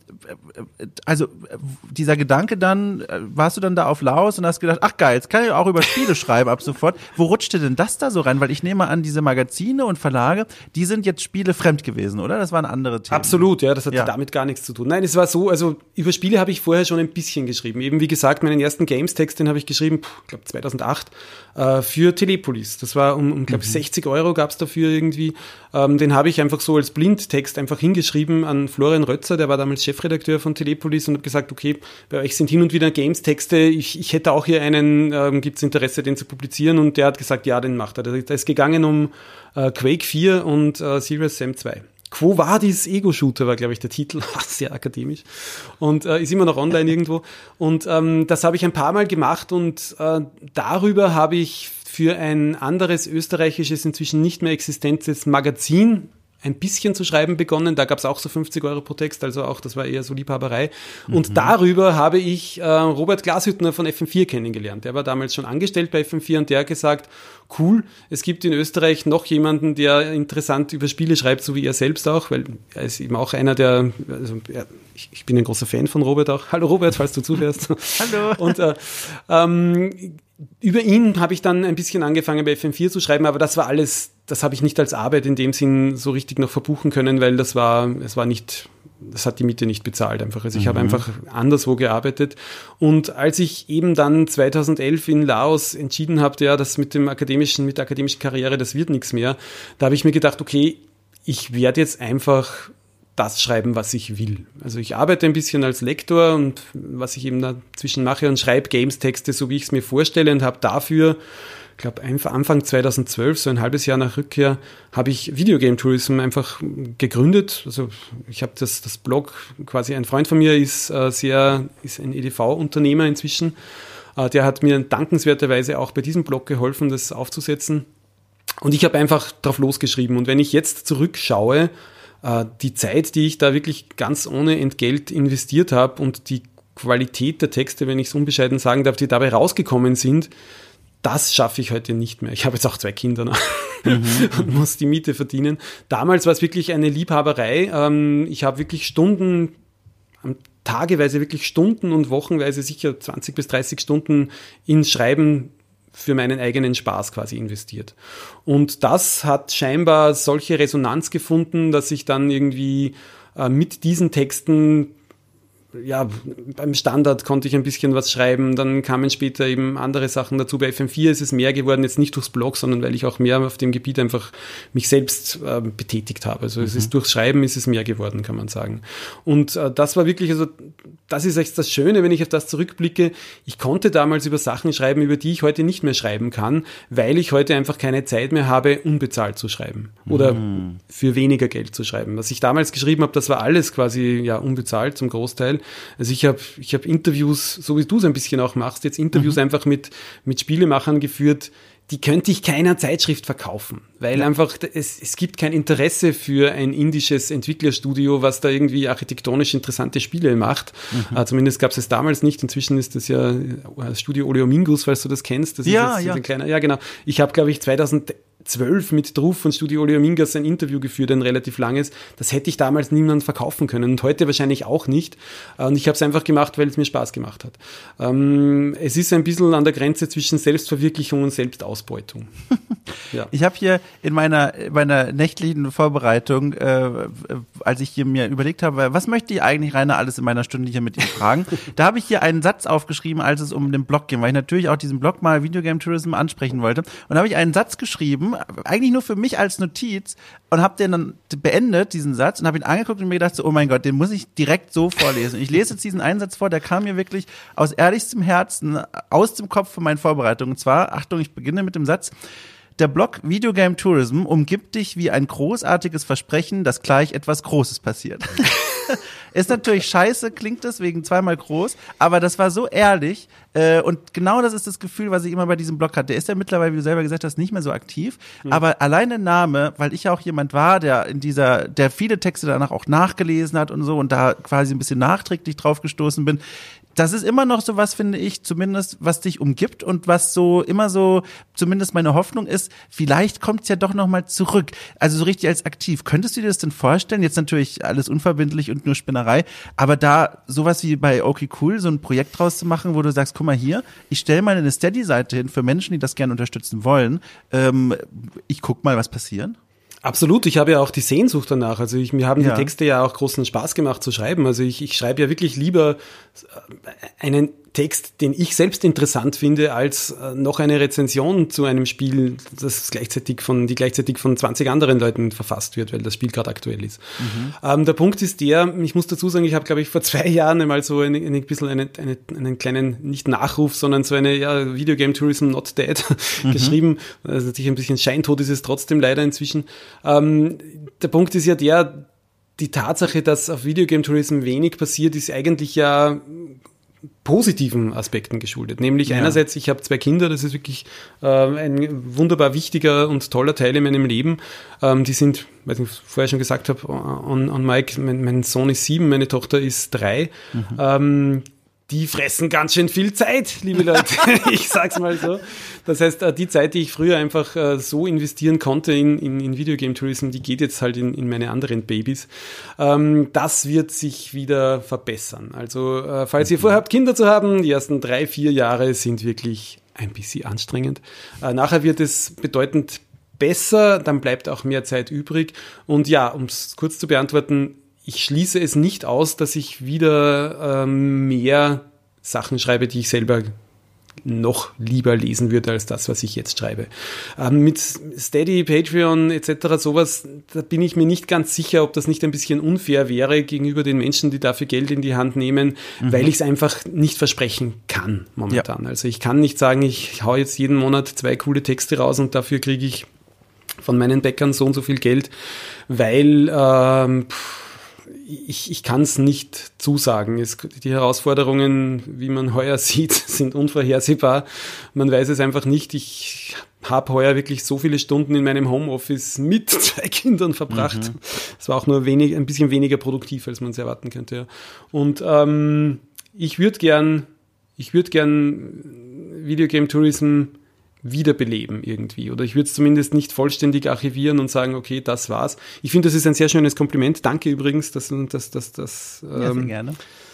also dieser Gedanke dann, warst du dann da auf Laos und hast gedacht, ach geil, jetzt kann ich auch über Spiele schreiben ab sofort. Wo rutschte denn das da so rein? Weil ich nehme an, diese Magazine und Verlage, die sind jetzt Spiele fremd gewesen, oder? Das waren andere Themen. Absolut, ja, das hat ja. damit gar nichts zu tun. Nein, es war so, also über Spiele habe ich vorher schon ein bisschen geschrieben. Eben wie gesagt, meinen ersten Games-Text, den habe ich geschrieben, ich glaube zweitausendacht, äh, für Telepolis. Das war um, um glaube ich, mhm. sechzig Euro gab es dafür irgendwie. Ähm, den habe ich einfach so als Blindtext einfach hingeschrieben an Florian Rötzer, der war damals Chefredakteur von Telepolis und habe gesagt, okay, bei euch sind hin und wieder Games-Texte, ich, ich hätte auch hier einen, ähm, gibt es Interesse, den zu publizieren und der hat gesagt, ja, den macht er. Da ist gegangen um äh, Quake vier und äh, Serious Sam zwei. Quo Vadis Ego-Shooter war, glaube ich, der Titel, sehr akademisch, und äh, ist immer noch online irgendwo. Und ähm, das habe ich ein paar Mal gemacht und äh, darüber habe ich für ein anderes österreichisches, inzwischen nicht mehr existentes Magazin ein bisschen zu schreiben begonnen. Da gab es auch so fünfzig Euro pro Text, also auch, das war eher so Liebhaberei. Und mhm. darüber habe ich äh, Robert Glashüttner von F M vier kennengelernt. Der war damals schon angestellt bei F M vier und der hat gesagt, cool, es gibt in Österreich noch jemanden, der interessant über Spiele schreibt, so wie er selbst auch, weil er ist eben auch einer der, also er, ich, ich bin ein großer Fan von Robert auch. Hallo Robert, falls du zuhörst. Hallo. Und äh, ähm, über ihn habe ich dann ein bisschen angefangen bei F M vier zu schreiben, aber das war alles, das habe ich nicht als Arbeit in dem Sinn so richtig noch verbuchen können, weil das war, es war nicht, das hat die Miete nicht bezahlt einfach. Also ich mhm. habe einfach anderswo gearbeitet. Und als ich eben dann zweitausendelf in Laos entschieden habe, ja, das mit dem akademischen, mit der akademischen Karriere, das wird nichts mehr, da habe ich mir gedacht, okay, ich werde jetzt einfach das schreiben, was ich will. Also ich arbeite ein bisschen als Lektor und was ich eben dazwischen mache und schreibe Games-Texte, so wie ich es mir vorstelle, und habe dafür, ich glaube Anfang zweitausendzwölf, so ein halbes Jahr nach Rückkehr, habe ich Videogame Tourism einfach gegründet. Also ich habe das, das Blog, quasi ein Freund von mir ist äh, sehr, ist ein E D V-Unternehmer inzwischen. Äh, der hat mir dankenswerterweise auch bei diesem Blog geholfen, das aufzusetzen. Und ich habe einfach drauf losgeschrieben. Und wenn ich jetzt zurückschaue, äh, die Zeit, die ich da wirklich ganz ohne Entgelt investiert habe und die Qualität der Texte, wenn ich es unbescheiden sagen darf, die dabei rausgekommen sind, das schaffe ich heute nicht mehr. Ich habe jetzt auch zwei Kinder mhm. und muss die Miete verdienen. Damals war es wirklich eine Liebhaberei. Ähm, ich habe wirklich Stunden, tageweise wirklich Stunden und wochenweise sicher zwanzig bis dreißig Stunden ins Schreiben für meinen eigenen Spaß quasi investiert. Und das hat scheinbar solche Resonanz gefunden, dass ich dann irgendwie äh, mit diesen Texten, ja, beim Standard konnte ich ein bisschen was schreiben, dann kamen später eben andere Sachen dazu. Bei F M vier ist es mehr geworden, jetzt nicht durchs Blog, sondern weil ich auch mehr auf dem Gebiet einfach mich selbst äh, betätigt habe. Also mhm. es ist durchs Schreiben ist es mehr geworden, kann man sagen. Und äh, das war wirklich, also das ist echt das Schöne, wenn ich auf das zurückblicke. Ich konnte damals über Sachen schreiben, über die ich heute nicht mehr schreiben kann, weil ich heute einfach keine Zeit mehr habe, unbezahlt zu schreiben oder mhm. für weniger Geld zu schreiben. Was ich damals geschrieben habe, das war alles quasi ja unbezahlt zum Großteil. Also ich habe ich hab Interviews, so wie du es ein bisschen auch machst, jetzt Interviews mhm. einfach mit, mit Spielemachern geführt, die könnte ich keiner Zeitschrift verkaufen, weil ja. einfach es, es gibt kein Interesse für ein indisches Entwicklerstudio, was da irgendwie architektonisch interessante Spiele macht. Mhm. Uh, zumindest gab es es damals nicht. Inzwischen ist das ja uh, Studio Oleomingus, falls du das kennst. Das ja, ist ja. ein kleiner, ja genau. Ich habe, glaube ich, zweitausendzwölf mit Druf von Studio Oleomingus ein Interview geführt, ein relativ langes. Das hätte ich damals niemand verkaufen können und heute wahrscheinlich auch nicht. Und ich habe es einfach gemacht, weil es mir Spaß gemacht hat. Um, es ist ein bisschen an der Grenze zwischen Selbstverwirklichung und Selbstausbeutung. Ja. Ich habe hier in meiner, meiner nächtlichen Vorbereitung, äh, als ich hier mir überlegt habe, was möchte ich eigentlich, Rainer, alles in meiner Stunde hier mit ihm fragen, da habe ich hier einen Satz aufgeschrieben, als es um den Blog ging, weil ich natürlich auch diesen Blog mal Videogame Tourism ansprechen wollte. Und da habe ich einen Satz geschrieben, eigentlich nur für mich als Notiz, und habe den dann beendet, diesen Satz, und habe ihn angeguckt und mir gedacht, so, oh mein Gott, den muss ich direkt so vorlesen. Und ich lese jetzt diesen einen Satz vor, der kam mir wirklich aus ehrlichstem Herzen, aus dem Kopf von meinen Vorbereitungen. Und zwar, Achtung, ich beginne mit dem Satz: Der Blog Videogame Tourism umgibt dich wie ein großartiges Versprechen, dass gleich etwas Großes passiert. Ist natürlich scheiße, klingt es wegen zweimal groß, aber das war so ehrlich, äh, und genau das ist das Gefühl, was ich immer bei diesem Blog hatte. Der ist ja mittlerweile, wie du selber gesagt hast, nicht mehr so aktiv, mhm. aber allein der Name, weil ich ja auch jemand war, der in dieser, der viele Texte danach auch nachgelesen hat und so und da quasi ein bisschen nachträglich drauf gestoßen bin. Das ist immer noch so was, finde ich, zumindest, was dich umgibt und was so immer so, zumindest meine Hoffnung ist, vielleicht kommt es ja doch nochmal zurück. Also so richtig als aktiv. Könntest du dir das denn vorstellen? Jetzt natürlich alles unverbindlich und nur Spinnerei, aber da sowas wie bei Okay Cool, so ein Projekt draus zu machen, wo du sagst, guck mal hier, ich stelle mal eine Steady-Seite hin für Menschen, die das gerne unterstützen wollen. Ähm, ich guck mal, was passiert. Absolut, ich habe ja auch die Sehnsucht danach. Also ich, mir haben ja. die Texte ja auch großen Spaß gemacht zu schreiben. Also ich, ich schreibe ja wirklich lieber einen Text, den ich selbst interessant finde, als äh, noch eine Rezension zu einem Spiel, das gleichzeitig von, die gleichzeitig von zwanzig anderen Leuten verfasst wird, weil das Spiel gerade aktuell ist. Mhm. Ähm, der Punkt ist der, ich muss dazu sagen, ich habe, glaube ich, vor zwei Jahren einmal so eine, eine, ein bisschen eine, eine, einen kleinen, nicht Nachruf, sondern so eine, ja, Videogame Tourism Not Dead mhm. geschrieben. Also natürlich ein bisschen scheintot ist es trotzdem leider inzwischen. Ähm, der Punkt ist ja der, die Tatsache, dass auf Videogame Tourism wenig passiert, ist eigentlich ja positiven Aspekten geschuldet. Nämlich ja. einerseits, ich habe zwei Kinder, das ist wirklich äh, ein wunderbar wichtiger und toller Teil in meinem Leben. Ähm, die sind, weiß nicht, vorher schon gesagt habe, on, on Mike, mein, mein Sohn ist sieben, meine Tochter ist drei. Mhm. Ähm, die fressen ganz schön viel Zeit, liebe Leute. Ich sag's mal so. Das heißt, die Zeit, die ich früher einfach so investieren konnte in, in, in Videogame Tourism, die geht jetzt halt in, in meine anderen Babys. Das wird sich wieder verbessern. Also, falls ihr vorhabt, Kinder zu haben, die ersten drei, vier Jahre sind wirklich ein bisschen anstrengend. Nachher wird es bedeutend besser, dann bleibt auch mehr Zeit übrig. Und ja, um es kurz zu beantworten, ich schließe es nicht aus, dass ich wieder ähm, mehr Sachen schreibe, die ich selber noch lieber lesen würde als das, was ich jetzt schreibe. Ähm, mit Steady, Patreon et cetera sowas, da bin ich mir nicht ganz sicher, ob das nicht ein bisschen unfair wäre gegenüber den Menschen, die dafür Geld in die Hand nehmen, mhm. weil ich es einfach nicht versprechen kann momentan. Ja. Also ich kann nicht sagen, ich hau jetzt jeden Monat zwei coole Texte raus und dafür kriege ich von meinen Bäckern so und so viel Geld, weil ähm, Ich, ich kann es nicht zusagen. Es, die Herausforderungen, wie man heuer sieht, sind unvorhersehbar. Man weiß es einfach nicht. Ich habe heuer wirklich so viele Stunden in meinem Homeoffice mit zwei Kindern verbracht. Mhm. Es war auch nur wenig, ein bisschen weniger produktiv, als man es erwarten könnte. Ja. Und ähm, ich würde gern, ich würde gern Videogame Tourism wiederbeleben irgendwie. Oder ich würde es zumindest nicht vollständig archivieren und sagen, okay, das war's. Ich finde, das ist ein sehr schönes Kompliment. Danke übrigens, dass das, das, das, ähm, ja, sehr gerne.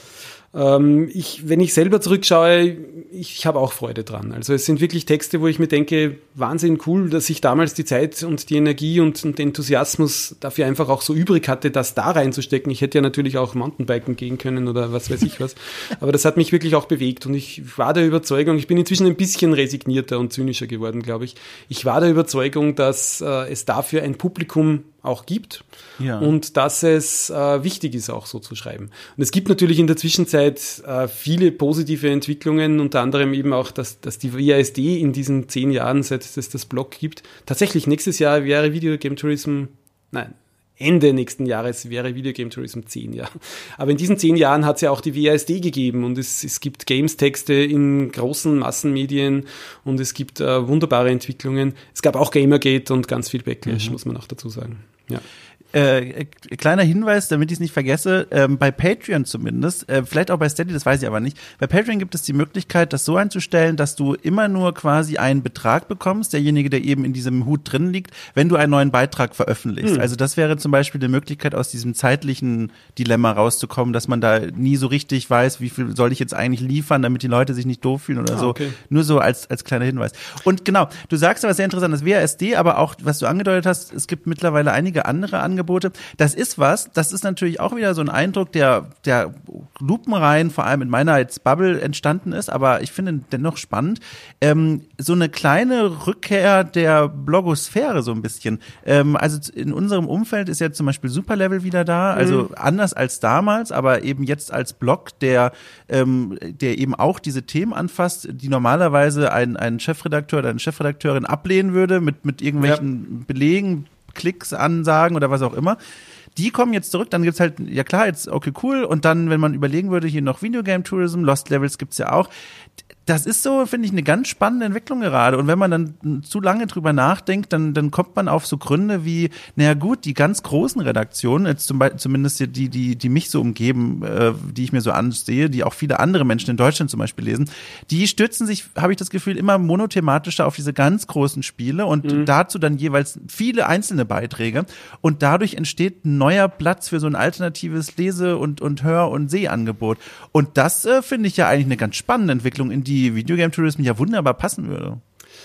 Ähm, ich, wenn ich selber zurückschaue, ich, ich habe auch Freude dran. Also es sind wirklich Texte, wo ich mir denke, Wahnsinn, cool, dass ich damals die Zeit und die Energie und, und den Enthusiasmus dafür einfach auch so übrig hatte, das da reinzustecken. Ich hätte ja natürlich auch Mountainbiken gehen können oder was weiß ich was. Aber das hat mich wirklich auch bewegt und ich war der Überzeugung, ich bin inzwischen ein bisschen resignierter und zynischer geworden, glaube ich. Ich war der Überzeugung, dass äh, es dafür ein Publikum auch gibt ja. und dass es äh, wichtig ist, auch so zu schreiben. Und es gibt natürlich in der Zwischenzeit äh, viele positive Entwicklungen, unter anderem eben auch, dass, dass die W A S D in diesen zehn Jahren, seit es das Blog gibt, tatsächlich nächstes Jahr wäre Videogame Tourism, nein, Ende nächsten Jahres wäre Videogame Tourism zehn Jahre. Aber in diesen zehn Jahren hat es ja auch die W A S D gegeben und es, es gibt Games-Texte in großen Massenmedien und es gibt äh, wunderbare Entwicklungen. Es gab auch Gamergate und ganz viel Backlash, mhm. muss man auch dazu sagen. Ja. Äh, kleiner Hinweis, damit ich es nicht vergesse, ähm, bei Patreon zumindest, äh, vielleicht auch bei Steady, das weiß ich aber nicht, bei Patreon gibt es die Möglichkeit, das so einzustellen, dass du immer nur quasi einen Betrag bekommst, derjenige, der eben in diesem Hut drin liegt, wenn du einen neuen Beitrag veröffentlichst. Hm. Also das wäre zum Beispiel eine Möglichkeit, aus diesem zeitlichen Dilemma rauszukommen, dass man da nie so richtig weiß, wie viel soll ich jetzt eigentlich liefern, damit die Leute sich nicht doof fühlen oder ah, so. Okay. Nur so als als kleiner Hinweis. Und genau, du sagst aber sehr interessant, das W A S D, aber auch, was du angedeutet hast, es gibt mittlerweile einige andere Angebote. Das ist was, das ist natürlich auch wieder so ein Eindruck, der, der lupenrein, vor allem in meiner jetzt Bubble entstanden ist, aber ich finde dennoch spannend. Ähm, so eine kleine Rückkehr der Blogosphäre so ein bisschen. Ähm, also in unserem Umfeld ist jetzt zum Beispiel Superlevel wieder da, also mhm. anders als damals, aber eben jetzt als Blog, der, ähm, der eben auch diese Themen anfasst, die normalerweise ein, ein Chefredakteur oder eine Chefredakteurin ablehnen würde mit, mit irgendwelchen ja. Belegen, Klicks, Ansagen oder was auch immer. Die kommen jetzt zurück, dann gibt's halt, ja klar, jetzt okay, cool. Und dann, wenn man überlegen würde, hier noch Videogame Tourism, Lost Levels gibt's ja auch. Das ist so, finde ich, eine ganz spannende Entwicklung gerade. Und wenn man dann zu lange drüber nachdenkt, dann, dann kommt man auf so Gründe wie, naja gut, die ganz großen Redaktionen, jetzt zum Beispiel, zumindest die, die, die mich so umgeben, äh, die ich mir so ansehe, die auch viele andere Menschen in Deutschland zum Beispiel lesen, die stürzen sich, habe ich das Gefühl, immer monothematischer auf diese ganz großen Spiele und mhm. dazu dann jeweils viele einzelne Beiträge. Und dadurch entsteht ein neuer Platz für so ein alternatives Lese- und, und Hör- und Sehangebot. Und das äh, finde ich ja eigentlich eine ganz spannende Entwicklung, in die Videogame Tourism ja wunderbar passen würde.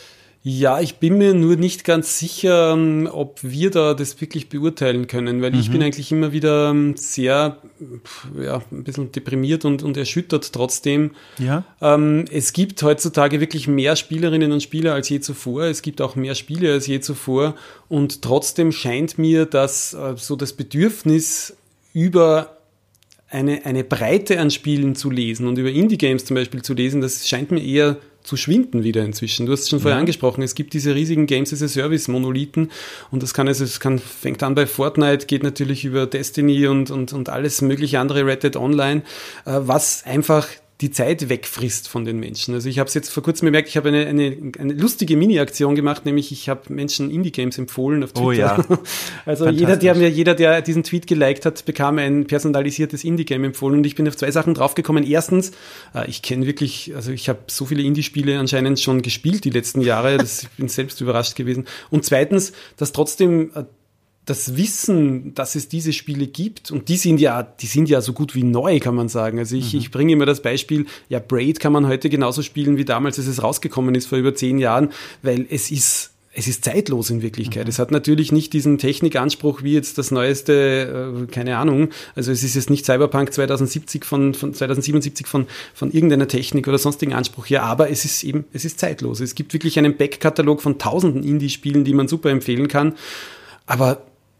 Ja, ich bin mir nur nicht ganz sicher, ob wir da das wirklich beurteilen können, weil mhm. ich bin eigentlich immer wieder sehr, ja, ein bisschen deprimiert und, und erschüttert trotzdem. Ja. Ähm, es gibt heutzutage wirklich mehr Spielerinnen und Spieler als je zuvor. Es gibt auch mehr Spiele als je zuvor und trotzdem scheint mir, dass äh, so das Bedürfnis über eine, eine Breite an Spielen zu lesen und über Indie-Games zum Beispiel zu lesen, das scheint mir eher zu schwinden wieder inzwischen. Du hast es schon vorher ja. angesprochen, es gibt diese riesigen Games as a Service Monolithen und das kann, also es kann, fängt an bei Fortnite, geht natürlich über Destiny und, und, und alles mögliche andere, Red Dead Online, äh, was einfach die Zeit wegfrisst von den Menschen. Also ich habe es jetzt vor kurzem bemerkt, ich habe eine, eine, eine lustige Mini-Aktion gemacht, nämlich ich habe Menschen Indie-Games empfohlen auf Twitter. Oh ja. Also jeder, der mir, jeder, der diesen Tweet geliked hat, bekam ein personalisiertes Indie-Game empfohlen und ich bin auf zwei Sachen draufgekommen. Erstens, äh, ich kenne wirklich, also ich habe so viele Indie-Spiele anscheinend schon gespielt die letzten Jahre, das, ich bin selbst überrascht gewesen. Und zweitens, dass trotzdem äh, das Wissen, dass es diese Spiele gibt, und die sind ja, die sind ja so gut wie neu, kann man sagen. Also ich, mhm. ich bringe immer das Beispiel, ja, Braid kann man heute genauso spielen wie damals, als es rausgekommen ist, vor über zehn Jahren, weil es ist, es ist zeitlos in Wirklichkeit. Mhm. Es hat natürlich nicht diesen Technikanspruch wie jetzt das neueste, äh, keine Ahnung, also es ist jetzt nicht Cyberpunk zweitausendsiebzig von, von zweitausendsiebenundsiebzig von, von irgendeiner Technik oder sonstigen Anspruch her, aber es ist eben, es ist zeitlos. Es gibt wirklich einen Backkatalog von tausenden Indie-Spielen, die man super empfehlen kann, aber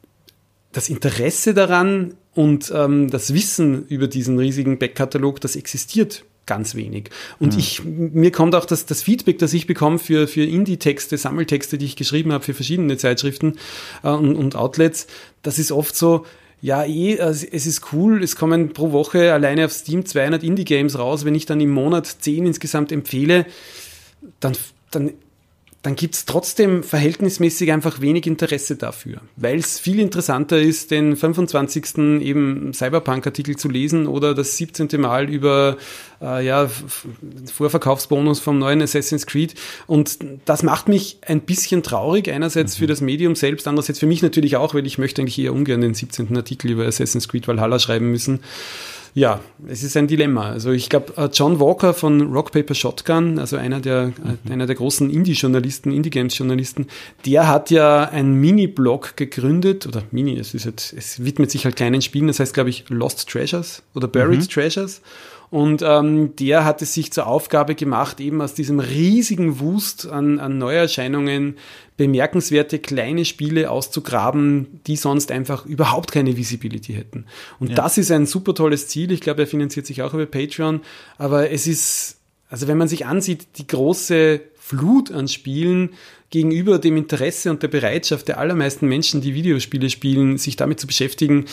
das Interesse daran und ähm, das Wissen über diesen riesigen Backkatalog, das existiert ganz wenig. Und mhm. ich, mir kommt auch das, das Feedback, das ich bekomme für, für Indie-Texte, Sammeltexte, die ich geschrieben habe für verschiedene Zeitschriften äh, und, und Outlets, das ist oft so, ja, eh, es ist cool, es kommen pro Woche alleine auf Steam zweihundert Indie-Games raus, wenn ich dann im Monat zehn insgesamt empfehle, dann, dann dann gibt es trotzdem verhältnismäßig einfach wenig Interesse dafür, weil es viel interessanter ist, den fünfundzwanzigsten eben Cyberpunk-Artikel zu lesen oder das siebzehnte Mal über äh, ja, Vorverkaufsbonus vom neuen Assassin's Creed, und das macht mich ein bisschen traurig, einerseits mhm. für das Medium selbst, andererseits für mich natürlich auch, weil ich möchte eigentlich eher ungern den siebzehnten Artikel über Assassin's Creed Valhalla schreiben müssen. Ja, es ist ein Dilemma. Also ich glaube, John Walker von Rock Paper Shotgun, also einer der, mhm. einer der großen Indie-Journalisten, Indie-Games-Journalisten, der hat ja einen Mini-Blog gegründet, oder Mini, es ist halt, es widmet sich halt kleinen Spielen, das heißt, glaube ich, Lost Treasures oder Buried mhm. Treasures. Und ähm, der hat es sich zur Aufgabe gemacht, eben aus diesem riesigen Wust an, an Neuerscheinungen bemerkenswerte kleine Spiele auszugraben, die sonst einfach überhaupt keine Visibility hätten. Und ja. das ist ein super tolles Ziel. Ich glaube, er finanziert sich auch über Patreon. Aber es ist, also wenn man sich ansieht, die große Flut an Spielen gegenüber dem Interesse und der Bereitschaft der allermeisten Menschen, die Videospiele spielen, sich damit zu beschäftigen,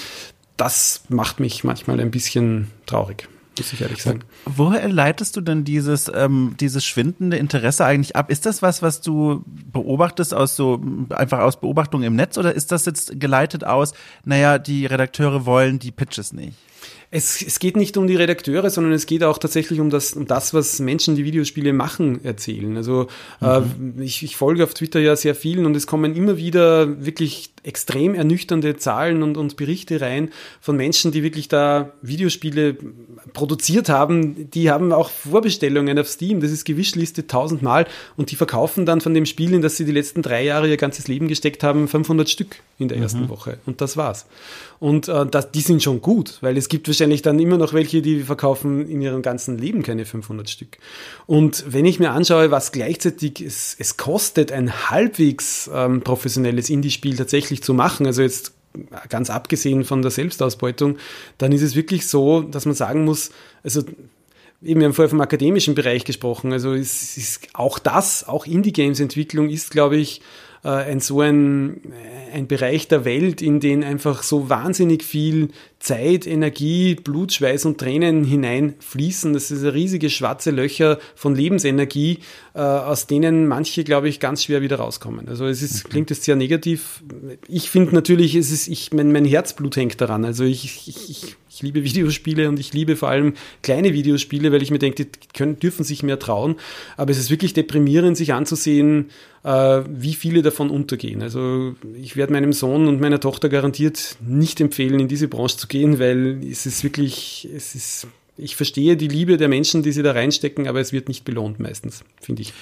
das macht mich manchmal ein bisschen traurig. Muss ich ehrlich sagen. Woher leitest du denn dieses, ähm, dieses schwindende Interesse eigentlich ab? Ist das was, was du beobachtest aus so, einfach aus Beobachtung im Netz, oder ist das jetzt geleitet aus, naja, die Redakteure wollen die Pitches nicht? Es, es geht nicht um die Redakteure, sondern es geht auch tatsächlich um das, um das, was Menschen, die Videospiele machen, erzählen. Also mhm. äh, ich, ich folge auf Twitter ja sehr vielen und es kommen immer wieder wirklich extrem ernüchternde Zahlen und, und Berichte rein von Menschen, die wirklich da Videospiele produziert haben. Die haben auch Vorbestellungen auf Steam, das ist Gewischliste tausendmal, und die verkaufen dann von dem Spiel, in das sie die letzten drei Jahre ihr ganzes Leben gesteckt haben, fünfhundert Stück in der ersten mhm. Woche. Und das war's. Und äh, das, die sind schon gut, weil es gibt wahrscheinlich dann immer noch welche, die verkaufen in ihrem ganzen Leben keine fünfhundert Stück. Und wenn ich mir anschaue, was gleichzeitig es, es kostet, ein halbwegs ähm, professionelles Indie-Spiel tatsächlich zu machen, also jetzt ganz abgesehen von der Selbstausbeutung, dann ist es wirklich so, dass man sagen muss, also eben, wir haben vorher vom akademischen Bereich gesprochen, also es ist auch das, auch Indie-Games-Entwicklung ist, glaube ich, ein so ein, ein Bereich der Welt, in den einfach so wahnsinnig viel Zeit, Energie, Blut, Schweiß und Tränen hineinfließen. Das sind riesige schwarze Löcher von Lebensenergie, äh, aus denen manche, glaube ich, ganz schwer wieder rauskommen. Also es ist, okay. klingt jetzt sehr negativ. Ich finde natürlich, es ist, ich, mein, mein Herzblut hängt daran. Also ich, ich, ich Ich liebe Videospiele und ich liebe vor allem kleine Videospiele, weil ich mir denke, die können, dürfen sich mehr trauen. Aber es ist wirklich deprimierend, sich anzusehen, äh, wie viele davon untergehen. Also ich werde meinem Sohn und meiner Tochter garantiert nicht empfehlen, in diese Branche zu gehen, weil es ist wirklich, es ist, ich verstehe die Liebe der Menschen, die sie da reinstecken, aber es wird nicht belohnt meistens, finde ich.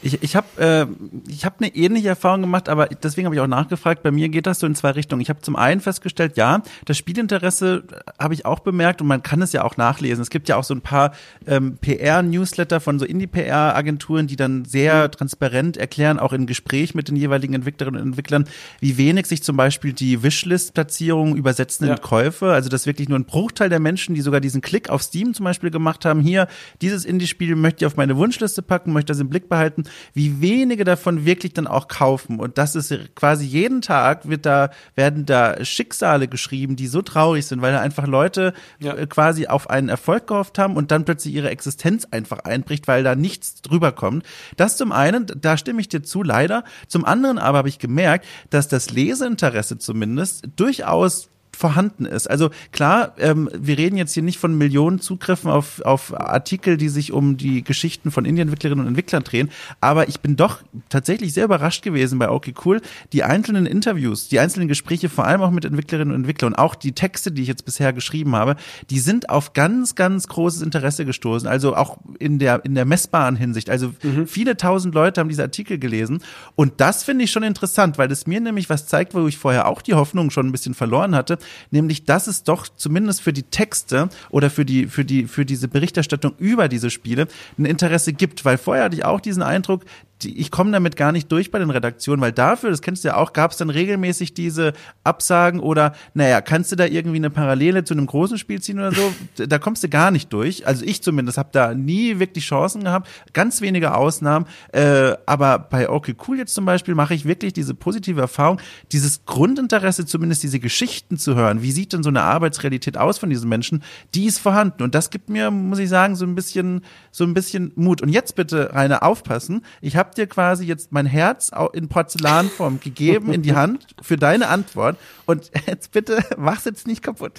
Ich, ich habe äh, ich hab eine ähnliche Erfahrung gemacht, aber deswegen habe ich auch nachgefragt. Bei mir geht das so in zwei Richtungen. Ich habe zum einen festgestellt, ja, das Spielinteresse habe ich auch bemerkt und man kann es ja auch nachlesen. Es gibt ja auch so ein paar ähm, P R-Newsletter von so Indie-P R-Agenturen, die dann sehr transparent erklären, auch in Gespräch mit den jeweiligen Entwicklerinnen und Entwicklern, wie wenig sich zum Beispiel die Wishlist-Platzierungen übersetzen ja. in Käufe. Also dass wirklich nur ein Bruchteil der Menschen, die sogar diesen Klick auf Steam zum Beispiel gemacht haben, hier, dieses Indie-Spiel möchte ich auf meine Wunschliste packen, möchte das im Blick behalten, wie wenige davon wirklich dann auch kaufen. Und das ist quasi jeden Tag wird da, werden da Schicksale geschrieben, die so traurig sind, weil da einfach Leute ja. quasi auf einen Erfolg gehofft haben und dann plötzlich ihre Existenz einfach einbricht, weil da nichts drüber kommt. Das zum einen, da stimme ich dir zu, leider. Zum anderen aber habe ich gemerkt, dass das Leseinteresse zumindest durchaus vorhanden ist. Also klar, ähm, wir reden jetzt hier nicht von Millionen Zugriffen auf, auf Artikel, die sich um die Geschichten von Indie-Entwicklerinnen und Entwicklern drehen, aber ich bin doch tatsächlich sehr überrascht gewesen bei Okay Cool, die einzelnen Interviews, die einzelnen Gespräche, vor allem auch mit Entwicklerinnen und Entwicklern und auch die Texte, die ich jetzt bisher geschrieben habe, die sind auf ganz, ganz großes Interesse gestoßen, also auch in der, in der messbaren Hinsicht. Also mhm. viele tausend Leute haben diese Artikel gelesen und das finde ich schon interessant, weil es mir nämlich was zeigt, wo ich vorher auch die Hoffnung schon ein bisschen verloren hatte, nämlich, dass es doch zumindest für die Texte oder für die, für die, für diese Berichterstattung über diese Spiele ein Interesse gibt, weil vorher hatte ich auch diesen Eindruck, ich komme damit gar nicht durch bei den Redaktionen, weil dafür, das kennst du ja auch, gab es dann regelmäßig diese Absagen oder, naja, kannst du da irgendwie eine Parallele zu einem großen Spiel ziehen oder so? Da kommst du gar nicht durch. Also ich zumindest habe da nie wirklich Chancen gehabt, ganz wenige Ausnahmen. Äh, aber bei Okay Cool jetzt zum Beispiel mache ich wirklich diese positive Erfahrung, dieses Grundinteresse, zumindest diese Geschichten zu hören. Wie sieht denn so eine Arbeitsrealität aus von diesen Menschen? Die ist vorhanden. Und das gibt mir, muss ich sagen, so ein bisschen, so ein bisschen Mut. Und jetzt bitte, Rainer, aufpassen. Ich habe dir quasi jetzt mein Herz in Porzellanform gegeben in die Hand für deine Antwort und jetzt bitte mach's jetzt nicht kaputt.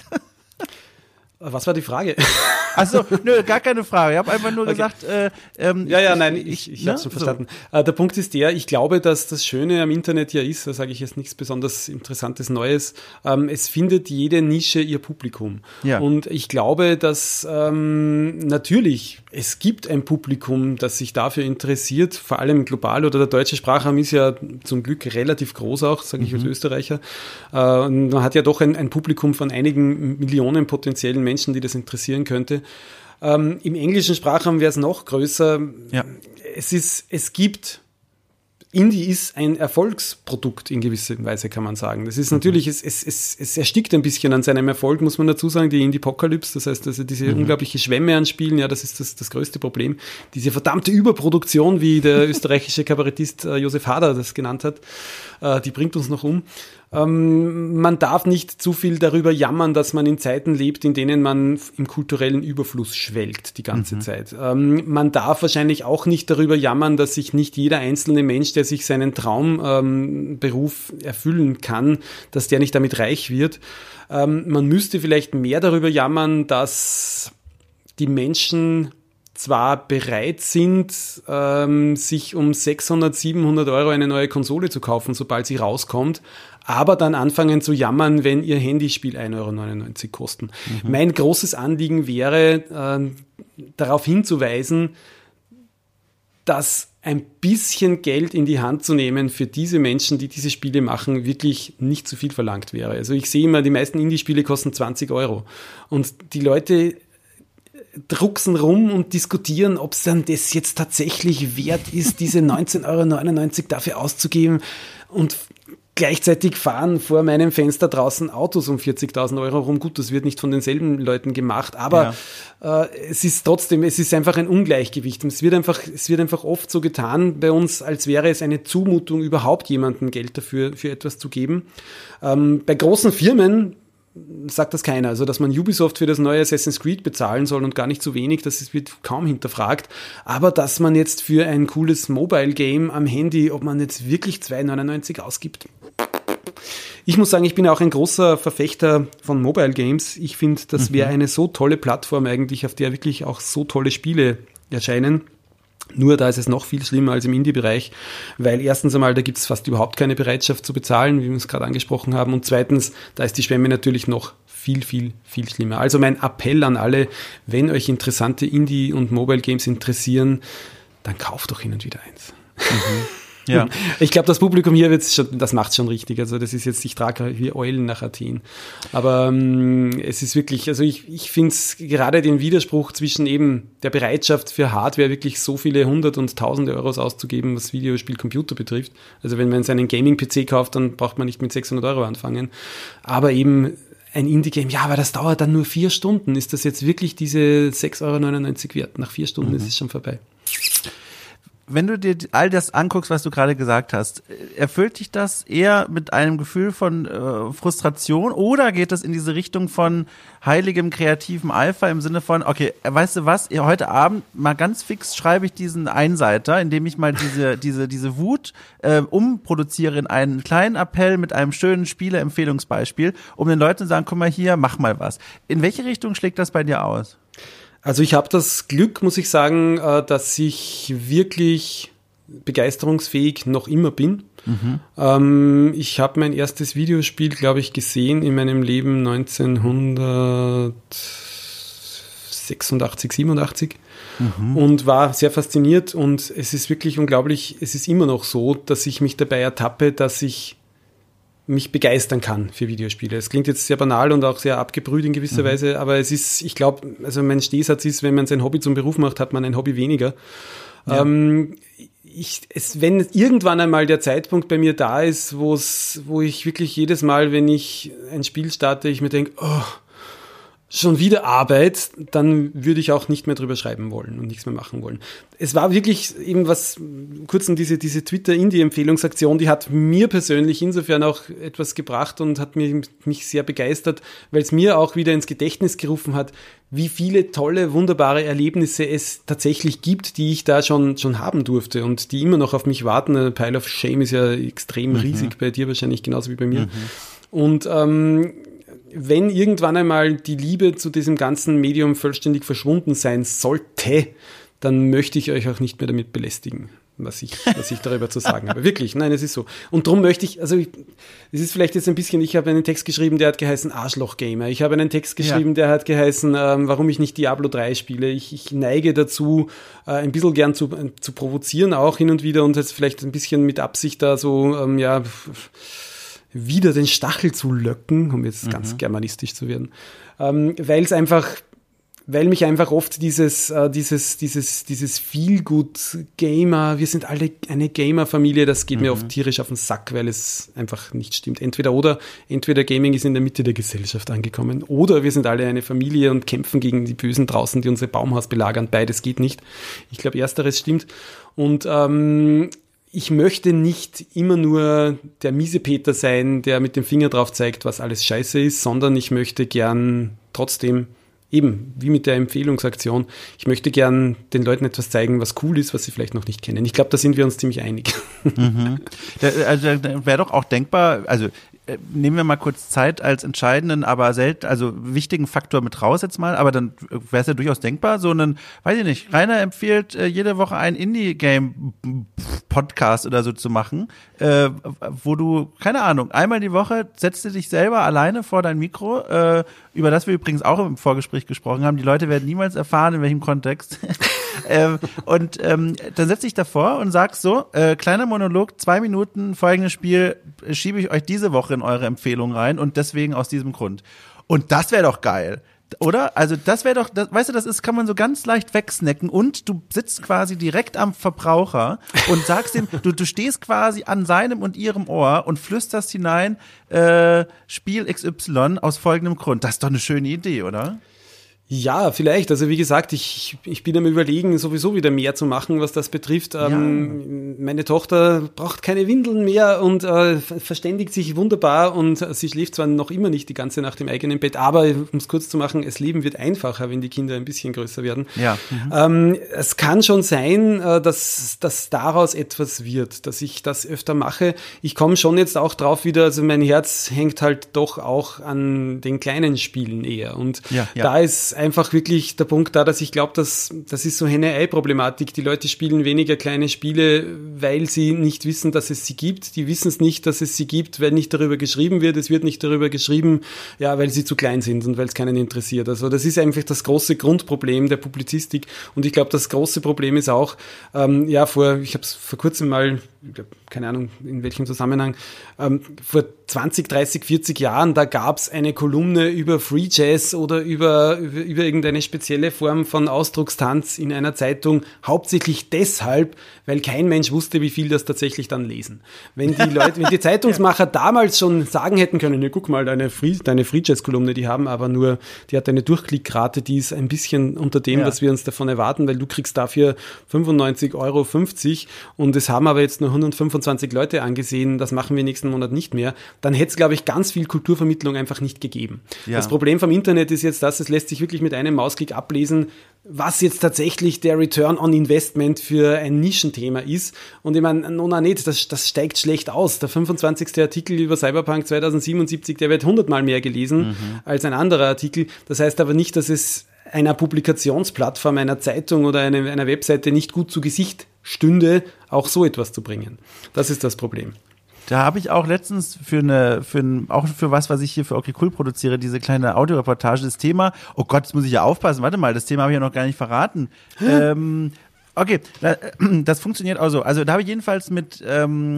Was war die Frage? Achso, nö, gar keine Frage. Ich habe einfach nur okay. gesagt, äh, ähm, ja, ja, ich, nein, ich, ich, ich ne? habe es schon verstanden. So. Der Punkt ist der, ich glaube, dass das Schöne am Internet ja ist, da sage ich jetzt nichts besonders Interessantes Neues, ähm, es findet jede Nische ihr Publikum. Ja. Und ich glaube, dass ähm, natürlich, es gibt ein Publikum, das sich dafür interessiert, vor allem global, oder der deutsche Sprachraum ist ja zum Glück relativ groß auch, sage ich mhm. als Österreicher. Äh, und man hat ja doch ein, ein Publikum von einigen Millionen potenziellen Menschen, die das interessieren könnte. Ähm, im englischen Sprachraum wäre es noch größer. Ja. Es ist, es gibt, Indie ist ein Erfolgsprodukt in gewisser Weise, kann man sagen. Das ist natürlich, mhm. es, es, es, es erstickt ein bisschen an seinem Erfolg, muss man dazu sagen, die Indie-Pocalypse, das heißt, also diese mhm. unglaubliche Schwemme an Spielen, ja, das ist das, das größte Problem. Diese verdammte Überproduktion, wie der österreichische Kabarettist äh, Josef Hader das genannt hat, äh, die bringt uns noch um. Ähm, man darf nicht zu viel darüber jammern, dass man in Zeiten lebt, in denen man im kulturellen Überfluss schwelgt die ganze mhm. Zeit. Ähm, man darf wahrscheinlich auch nicht darüber jammern, dass sich nicht jeder einzelne Mensch, der sich seinen Traumberuf ähm, erfüllen kann, dass der nicht damit reich wird. Ähm, man müsste vielleicht mehr darüber jammern, dass die Menschen zwar bereit sind, ähm, sich um sechshundert, siebenhundert Euro eine neue Konsole zu kaufen, sobald sie rauskommt, aber dann anfangen zu jammern, wenn ihr Handyspiel ein Euro neunundneunzig kosten. Mhm. Mein großes Anliegen wäre, äh, darauf hinzuweisen, dass ein bisschen Geld in die Hand zu nehmen für diese Menschen, die diese Spiele machen, wirklich nicht zu viel verlangt wäre. Also ich sehe immer, die meisten Indie-Spiele kosten zwanzig Euro. Und die Leute drucksen rum und diskutieren, ob es dann das jetzt tatsächlich wert ist, diese neunzehn Euro neunundneunzig dafür auszugeben, und gleichzeitig fahren vor meinem Fenster draußen Autos um vierzigtausend Euro rum. Gut, das wird nicht von denselben Leuten gemacht, aber ja. äh, es ist trotzdem, es ist einfach ein Ungleichgewicht. Es wird einfach, es wird einfach oft so getan bei uns, als wäre es eine Zumutung, überhaupt jemandem Geld dafür für etwas zu geben. Ähm, bei großen Firmen sagt das keiner. Also, dass man Ubisoft für das neue Assassin's Creed bezahlen soll und gar nicht so wenig, das wird kaum hinterfragt. Aber dass man jetzt für ein cooles Mobile-Game am Handy, ob man jetzt wirklich zwei neunundneunzig ausgibt. Ich muss sagen, ich bin auch ein großer Verfechter von Mobile Games. Ich finde, das wäre eine so tolle Plattform eigentlich, auf der wirklich auch so tolle Spiele erscheinen. Nur da ist es noch viel schlimmer als im Indie-Bereich, weil erstens einmal, da gibt es fast überhaupt keine Bereitschaft zu bezahlen, wie wir es gerade angesprochen haben, und zweitens, da ist die Schwemme natürlich noch viel, viel, viel schlimmer. Also mein Appell an alle, wenn euch interessante Indie- und Mobile-Games interessieren, dann kauft doch hin und wieder eins. Ja. Ich glaube, das Publikum hier wird schon, das macht schon richtig. Also das ist jetzt, ich trage wie Eulen nach Athen. Aber ähm, es ist wirklich, also ich, ich finde es gerade den Widerspruch zwischen eben der Bereitschaft für Hardware wirklich so viele hundert und tausende Euros auszugeben, was Videospiel-Computer betrifft. Also wenn man seinen Gaming-P C kauft, dann braucht man nicht mit sechshundert Euro anfangen. Aber eben ein Indie-Game, ja, aber das dauert dann nur vier Stunden. Ist das jetzt wirklich diese sechs Euro neunundneunzig wert? Nach vier Stunden mhm. ist es schon vorbei. Wenn du dir all das anguckst, was du gerade gesagt hast, erfüllt dich das eher mit einem Gefühl von äh, Frustration oder geht das in diese Richtung von heiligem kreativen Eifer im Sinne von, okay, weißt du was, heute Abend mal ganz fix schreibe ich diesen Einseiter, indem ich mal diese diese diese Wut äh, umproduziere in einen kleinen Appell mit einem schönen Spieleempfehlungsbeispiel, um den Leuten zu sagen, guck mal hier, mach mal was. In welche Richtung schlägt das bei dir aus? Also ich habe das Glück, muss ich sagen, dass ich wirklich begeisterungsfähig noch immer bin. Mhm. Ähm, ich habe mein erstes Videospiel, glaube ich, gesehen in meinem Leben neunzehnhundertsechsundachtzig, siebenundachtzig mhm. und war sehr fasziniert. Und es ist wirklich unglaublich, es ist immer noch so, dass ich mich dabei ertappe, dass ich mich begeistern kann für Videospiele. Es klingt jetzt sehr banal und auch sehr abgebrüht in gewisser mhm. Weise, aber es ist, ich glaube, also mein Stehsatz ist, wenn man sein Hobby zum Beruf macht, hat man ein Hobby weniger. Ja. Ähm, ich, es, wenn irgendwann einmal der Zeitpunkt bei mir da ist, wo es, wo ich wirklich jedes Mal, wenn ich ein Spiel starte, ich mir denke, oh, schon wieder Arbeit, dann würde ich auch nicht mehr drüber schreiben wollen und nichts mehr machen wollen. Es war wirklich eben was, kurz um diese, diese Twitter-Indie-Empfehlungsaktion, die hat mir persönlich insofern auch etwas gebracht und hat mich, mich sehr begeistert, weil es mir auch wieder ins Gedächtnis gerufen hat, wie viele tolle, wunderbare Erlebnisse es tatsächlich gibt, die ich da schon, schon haben durfte und die immer noch auf mich warten. Ein Pile of Shame ist ja extrem mhm. riesig, bei dir wahrscheinlich genauso wie bei mir. Mhm. Und ähm, wenn irgendwann einmal die Liebe zu diesem ganzen Medium vollständig verschwunden sein sollte, dann möchte ich euch auch nicht mehr damit belästigen, was ich, was ich darüber zu sagen habe. Wirklich, nein, es ist so. Und darum möchte ich, also es ist vielleicht jetzt ein bisschen, ich habe einen Text geschrieben, der hat geheißen Arschloch-Gamer. Ich habe einen Text geschrieben, ja. der hat geheißen, ähm, warum ich nicht Diablo drei spiele. Ich, ich neige dazu, äh, ein bisschen gern zu, äh, zu provozieren, auch hin und wieder und jetzt vielleicht ein bisschen mit Absicht da so, ähm, ja, wieder den Stachel zu löcken, um jetzt mhm. ganz germanistisch zu werden, ähm, weil es einfach, weil mich einfach oft dieses, äh, dieses, dieses, dieses Feel-Good-Gamer, wir sind alle eine Gamer-Familie, das geht mhm. mir oft tierisch auf den Sack, weil es einfach nicht stimmt. Entweder oder, entweder Gaming ist in der Mitte der Gesellschaft angekommen oder wir sind alle eine Familie und kämpfen gegen die Bösen draußen, die unser Baumhaus belagern. Beides geht nicht. Ich glaube, ersteres stimmt. Und ähm, ich möchte nicht immer nur der Miesepeter sein, der mit dem Finger drauf zeigt, was alles scheiße ist, sondern ich möchte gern trotzdem, eben wie mit der Empfehlungsaktion, ich möchte gern den Leuten etwas zeigen, was cool ist, was sie vielleicht noch nicht kennen. Ich glaube, da sind wir uns ziemlich einig. Mhm. Da, also, wäre doch auch denkbar, also nehmen wir mal kurz Zeit als entscheidenden, aber selten, also wichtigen Faktor mit raus jetzt mal, aber dann wäre es ja durchaus denkbar, so einen, weiß ich nicht, Rainer empfiehlt äh, jede Woche einen Indie-Game-Podcast oder so zu machen, äh, wo du, keine Ahnung, einmal die Woche setzt du dich selber alleine vor dein Mikro, äh, über das wir übrigens auch im Vorgespräch gesprochen haben. Die Leute werden niemals erfahren, in welchem Kontext. ähm, und ähm, dann setz dich davor und sagst so, äh, kleiner Monolog, zwei Minuten, folgendes Spiel, schiebe ich euch diese Woche in eure Empfehlung rein und deswegen aus diesem Grund. Und das wäre doch geil, oder? Also das wäre doch, das, weißt du, das ist, kann man so ganz leicht wegsnacken und du sitzt quasi direkt am Verbraucher und sagst ihm, du, du stehst quasi an seinem und ihrem Ohr und flüsterst hinein, äh, Spiel X Y aus folgendem Grund. Das ist doch eine schöne Idee, oder? Ja, vielleicht. Also wie gesagt, ich, ich bin am Überlegen, sowieso wieder mehr zu machen, was das betrifft. Ja. Ähm, meine Tochter braucht keine Windeln mehr und äh, verständigt sich wunderbar und äh, sie schläft zwar noch immer nicht die ganze Nacht im eigenen Bett, aber um es kurz zu machen, das Leben wird einfacher, wenn die Kinder ein bisschen größer werden. Ja. Mhm. Ähm, es kann schon sein, äh, dass, dass daraus etwas wird, dass ich das öfter mache. Ich komme schon jetzt auch drauf wieder, also mein Herz hängt halt doch auch an den kleinen Spielen eher und ja, ja. da ist einfach wirklich der Punkt da, dass ich glaube, dass das ist so Henne-Ei-Problematik. Die Leute spielen weniger kleine Spiele, weil sie nicht wissen, dass es sie gibt. Die wissen es nicht, dass es sie gibt, weil nicht darüber geschrieben wird. Es wird nicht darüber geschrieben, ja, weil sie zu klein sind und weil es keinen interessiert. Also das ist einfach das große Grundproblem der Publizistik. Und ich glaube, das große Problem ist auch, ähm, ja, vor, ich habe es vor kurzem mal, keine Ahnung, in welchem Zusammenhang, ähm, vor zwanzig, dreißig, vierzig Jahren, da gab es eine Kolumne über Free Jazz oder über, über, über irgendeine spezielle Form von Ausdruckstanz in einer Zeitung, hauptsächlich deshalb, weil kein Mensch wusste, wie viel das tatsächlich dann lesen. Wenn die Leute, wenn die Zeitungsmacher damals schon sagen hätten können, ne, guck mal, deine Free, deine Free Jazz Kolumne, die haben aber nur, die hat eine Durchklickrate, die ist ein bisschen unter dem, ja. was wir uns davon erwarten, weil du kriegst dafür fünfundneunzig Euro fünfzig und es haben aber jetzt nur hundertfünfundzwanzig Leute angesehen, das machen wir nächsten Monat nicht mehr, dann hätte es, glaube ich, ganz viel Kulturvermittlung einfach nicht gegeben. Ja. Das Problem vom Internet ist jetzt das, es lässt sich wirklich mit einem Mausklick ablesen, was jetzt tatsächlich der Return on Investment für ein Nischenthema ist. Und ich meine, nona nicht, das, das steigt schlecht aus. Der fünfundzwanzigste Artikel über Cyberpunk zweitausendsiebenundsiebzig, der wird hundertmal mehr gelesen mhm. als ein anderer Artikel. Das heißt aber nicht, dass es einer Publikationsplattform, einer Zeitung oder einer, einer Webseite nicht gut zu Gesicht stünde, auch so etwas zu bringen. Das ist das Problem. Da habe ich auch letztens für eine, für ein, auch für was, was ich hier für Okay Cool produziere, diese kleine Audioreportage, das Thema, oh Gott, jetzt muss ich ja aufpassen, warte mal, das Thema habe ich ja noch gar nicht verraten. ähm, okay, das funktioniert auch so. Also da habe ich jedenfalls mit, ähm,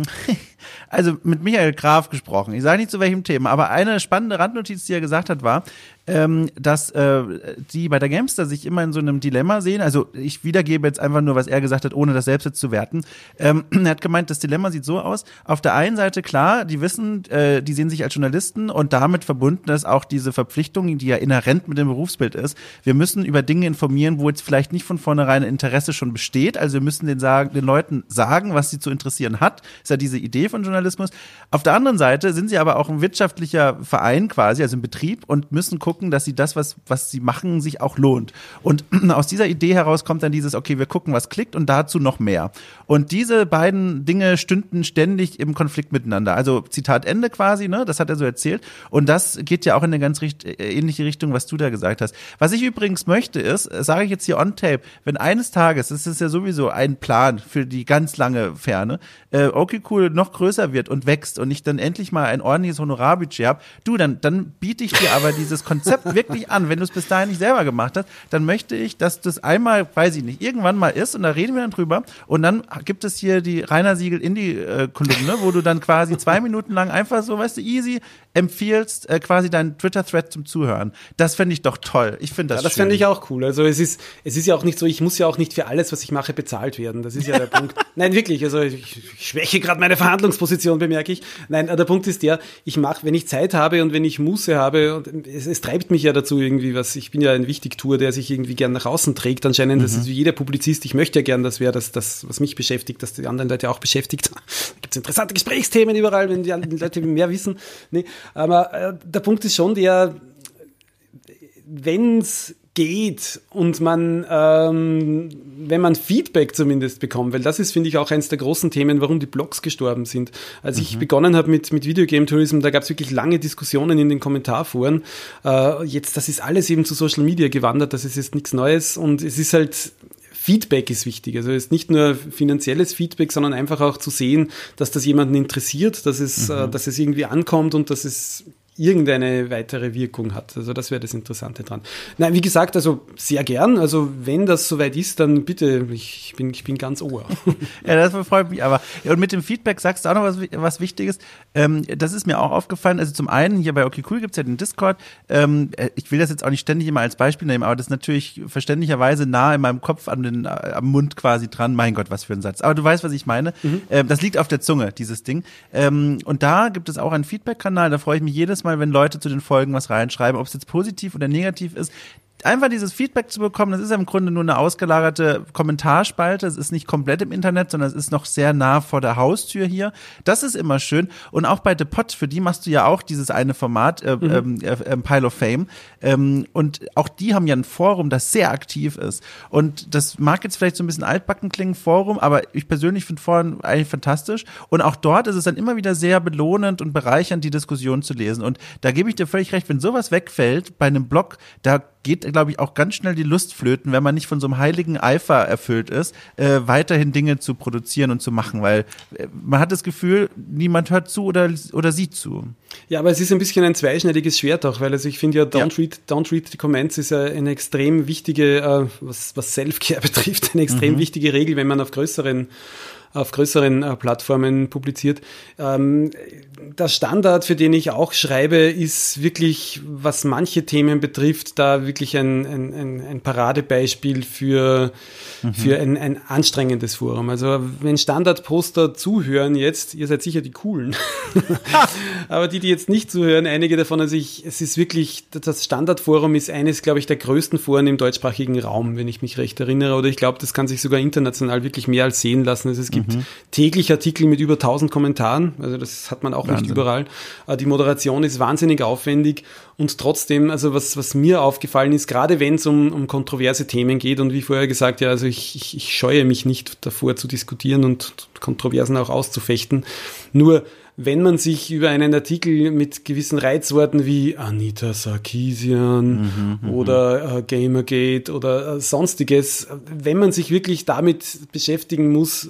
also mit Michael Graf gesprochen. Ich sage nicht zu welchem Thema, aber eine spannende Randnotiz, die er gesagt hat, war, ähm, dass äh, die bei der Gamestar sich immer in so einem Dilemma sehen. Also ich wiedergebe jetzt einfach nur, was er gesagt hat, ohne das selbst jetzt zu werten. Ähm, er hat gemeint, das Dilemma sieht so aus. Auf der einen Seite, klar, die wissen, äh, die sehen sich als Journalisten und damit verbunden ist auch diese Verpflichtung, die ja inhärent mit dem Berufsbild ist. Wir müssen über Dinge informieren, wo jetzt vielleicht nicht von vornherein Interesse schon besteht. Also wir müssen den, sagen, den Leuten sagen, was sie zu interessieren hat. Ist ja diese Idee von Journalismus. Auf der anderen Seite sind sie aber auch ein wirtschaftlicher Verein quasi, also ein Betrieb und müssen gucken, dass sie das, was, was sie machen, sich auch lohnt. Und aus dieser Idee heraus kommt dann dieses, okay, wir gucken, was klickt und dazu noch mehr. Und diese beiden Dinge stünden ständig im Konflikt miteinander. Also Zitat Ende quasi, ne, das hat er so erzählt. Und das geht ja auch in eine ganz richt- ähnliche Richtung, was du da gesagt hast. Was ich übrigens möchte ist, sage ich jetzt hier on tape, wenn eines Tages, das ist ja sowieso ein Plan für die ganz lange Ferne, äh, Okay Cool noch größer wird und wächst und ich dann endlich mal ein ordentliches Honorarbudget habe, du, dann, dann biete ich dir aber dieses Konzept wirklich an. Wenn du es bis dahin nicht selber gemacht hast, dann möchte ich, dass das einmal, weiß ich nicht, irgendwann mal ist und da reden wir dann drüber und dann gibt es hier die Rainer Siegel Indie-Kolumne, wo du dann quasi zwei Minuten lang einfach so, weißt du, easy empfiehlst äh, quasi deinen Twitter-Thread zum Zuhören. Das fände ich doch toll. Ich finde das Ja, das fände ich auch cool. Also es ist, es ist ja auch nicht so, ich muss ja auch nicht für alles, was ich mache, bezahlt werden. Das ist ja der Punkt. Nein, wirklich. Also ich, ich schwäche gerade meine Verhandlungsposition, bemerke ich. Nein, der Punkt ist der, ich mache, wenn ich Zeit habe und wenn ich Muße habe, und es, es treibt mich ja dazu irgendwie was, ich bin ja ein Wichtigtuer, der sich irgendwie gern nach außen trägt, anscheinend, mhm. das ist wie jeder Publizist, ich möchte ja gern, das wäre das, das, was mich beschäftigt, das die anderen Leute auch beschäftigt. Da gibt es interessante Gesprächsthemen überall, wenn die anderen Leute mehr wissen. Nee, aber äh, der Punkt ist schon der, wenn es geht und man, ähm, wenn man Feedback zumindest bekommt, weil das ist, finde ich, auch eines der großen Themen, warum die Blogs gestorben sind. Als mhm. ich begonnen habe mit, mit Videogame Tourism, da gab es wirklich lange Diskussionen in den Kommentarforen. Äh, jetzt, das ist alles eben zu Social Media gewandert, das ist jetzt nichts Neues und es ist halt, Feedback ist wichtig. Also es ist nicht nur finanzielles Feedback, sondern einfach auch zu sehen, dass das jemanden interessiert, dass es, mhm. äh, dass es irgendwie ankommt und dass es irgendeine weitere Wirkung hat. Also das wäre das Interessante dran. Nein, wie gesagt, also sehr gern. Also wenn das soweit ist, dann bitte, ich bin, ich bin ganz ohr. Ja, das freut mich aber. Und mit dem Feedback sagst du auch noch was, was Wichtiges. Ähm, das ist mir auch aufgefallen. Also zum einen, hier bei Okay Cool gibt's ja den Discord. Ähm, ich will das jetzt auch nicht ständig immer als Beispiel nehmen, aber das ist natürlich verständlicherweise nah in meinem Kopf an den, am Mund quasi dran. Mein Gott, was für ein Satz. Aber du weißt, was ich meine. Mhm. Ähm, das liegt auf der Zunge, dieses Ding. Ähm, und da gibt es auch einen Feedback-Kanal. Da freue ich mich jedes Mal, wenn Leute zu den Folgen was reinschreiben, ob es jetzt positiv oder negativ ist. Einfach dieses Feedback zu bekommen, das ist ja im Grunde nur eine ausgelagerte Kommentarspalte. Es ist nicht komplett im Internet, sondern es ist noch sehr nah vor der Haustür hier. Das ist immer schön. Und auch bei The Pod, für die machst du ja auch dieses eine Format, äh, mhm. äh, äh, Pile of Fame. Ähm, und auch die haben ja ein Forum, das sehr aktiv ist. Und das mag jetzt vielleicht so ein bisschen altbacken klingen, Forum, aber ich persönlich finde Foren eigentlich fantastisch. Und auch dort ist es dann immer wieder sehr belohnend und bereichernd, die Diskussion zu lesen. Und da gebe ich dir völlig recht, wenn sowas wegfällt bei einem Blog, da geht, glaube ich, auch ganz schnell die Lust flöten, wenn man nicht von so einem heiligen Eifer erfüllt ist, äh, weiterhin Dinge zu produzieren und zu machen, weil äh, man hat das Gefühl, niemand hört zu oder, oder sieht zu. Ja, aber es ist ein bisschen ein zweischneidiges Schwert auch, weil also ich finde ja, don't, ja. Read, don't read the comments ist ja eine extrem wichtige, äh, was, was Self-Care betrifft, eine extrem mhm. wichtige Regel, wenn man auf größeren auf größeren äh, Plattformen publiziert. Ähm, der Standard, für den ich auch schreibe, ist wirklich, was manche Themen betrifft, da wirklich ein, ein, ein, ein Paradebeispiel für, mhm. für ein, ein anstrengendes Forum. Also wenn Standardposter zuhören jetzt, ihr seid sicher die Coolen, aber die, die jetzt nicht zuhören, einige davon, also ich, es ist wirklich, das Standardforum ist eines, glaube ich, der größten Foren im deutschsprachigen Raum, wenn ich mich recht erinnere, oder ich glaube, das kann sich sogar international wirklich mehr als sehen lassen. Also es gibt Mhm. täglich Artikel mit über tausend Kommentaren, also das hat man auch Wahnsinn. Nicht überall. Die Moderation ist wahnsinnig aufwendig und trotzdem, also was, was mir aufgefallen ist, gerade wenn es um, um kontroverse Themen geht und wie vorher gesagt, ja, also ich, ich, ich scheue mich nicht davor zu diskutieren und Kontroversen auch auszufechten, nur wenn man sich über einen Artikel mit gewissen Reizworten wie Anita Sarkeesian mhm, oder äh, Gamergate oder äh, sonstiges, wenn man sich wirklich damit beschäftigen muss,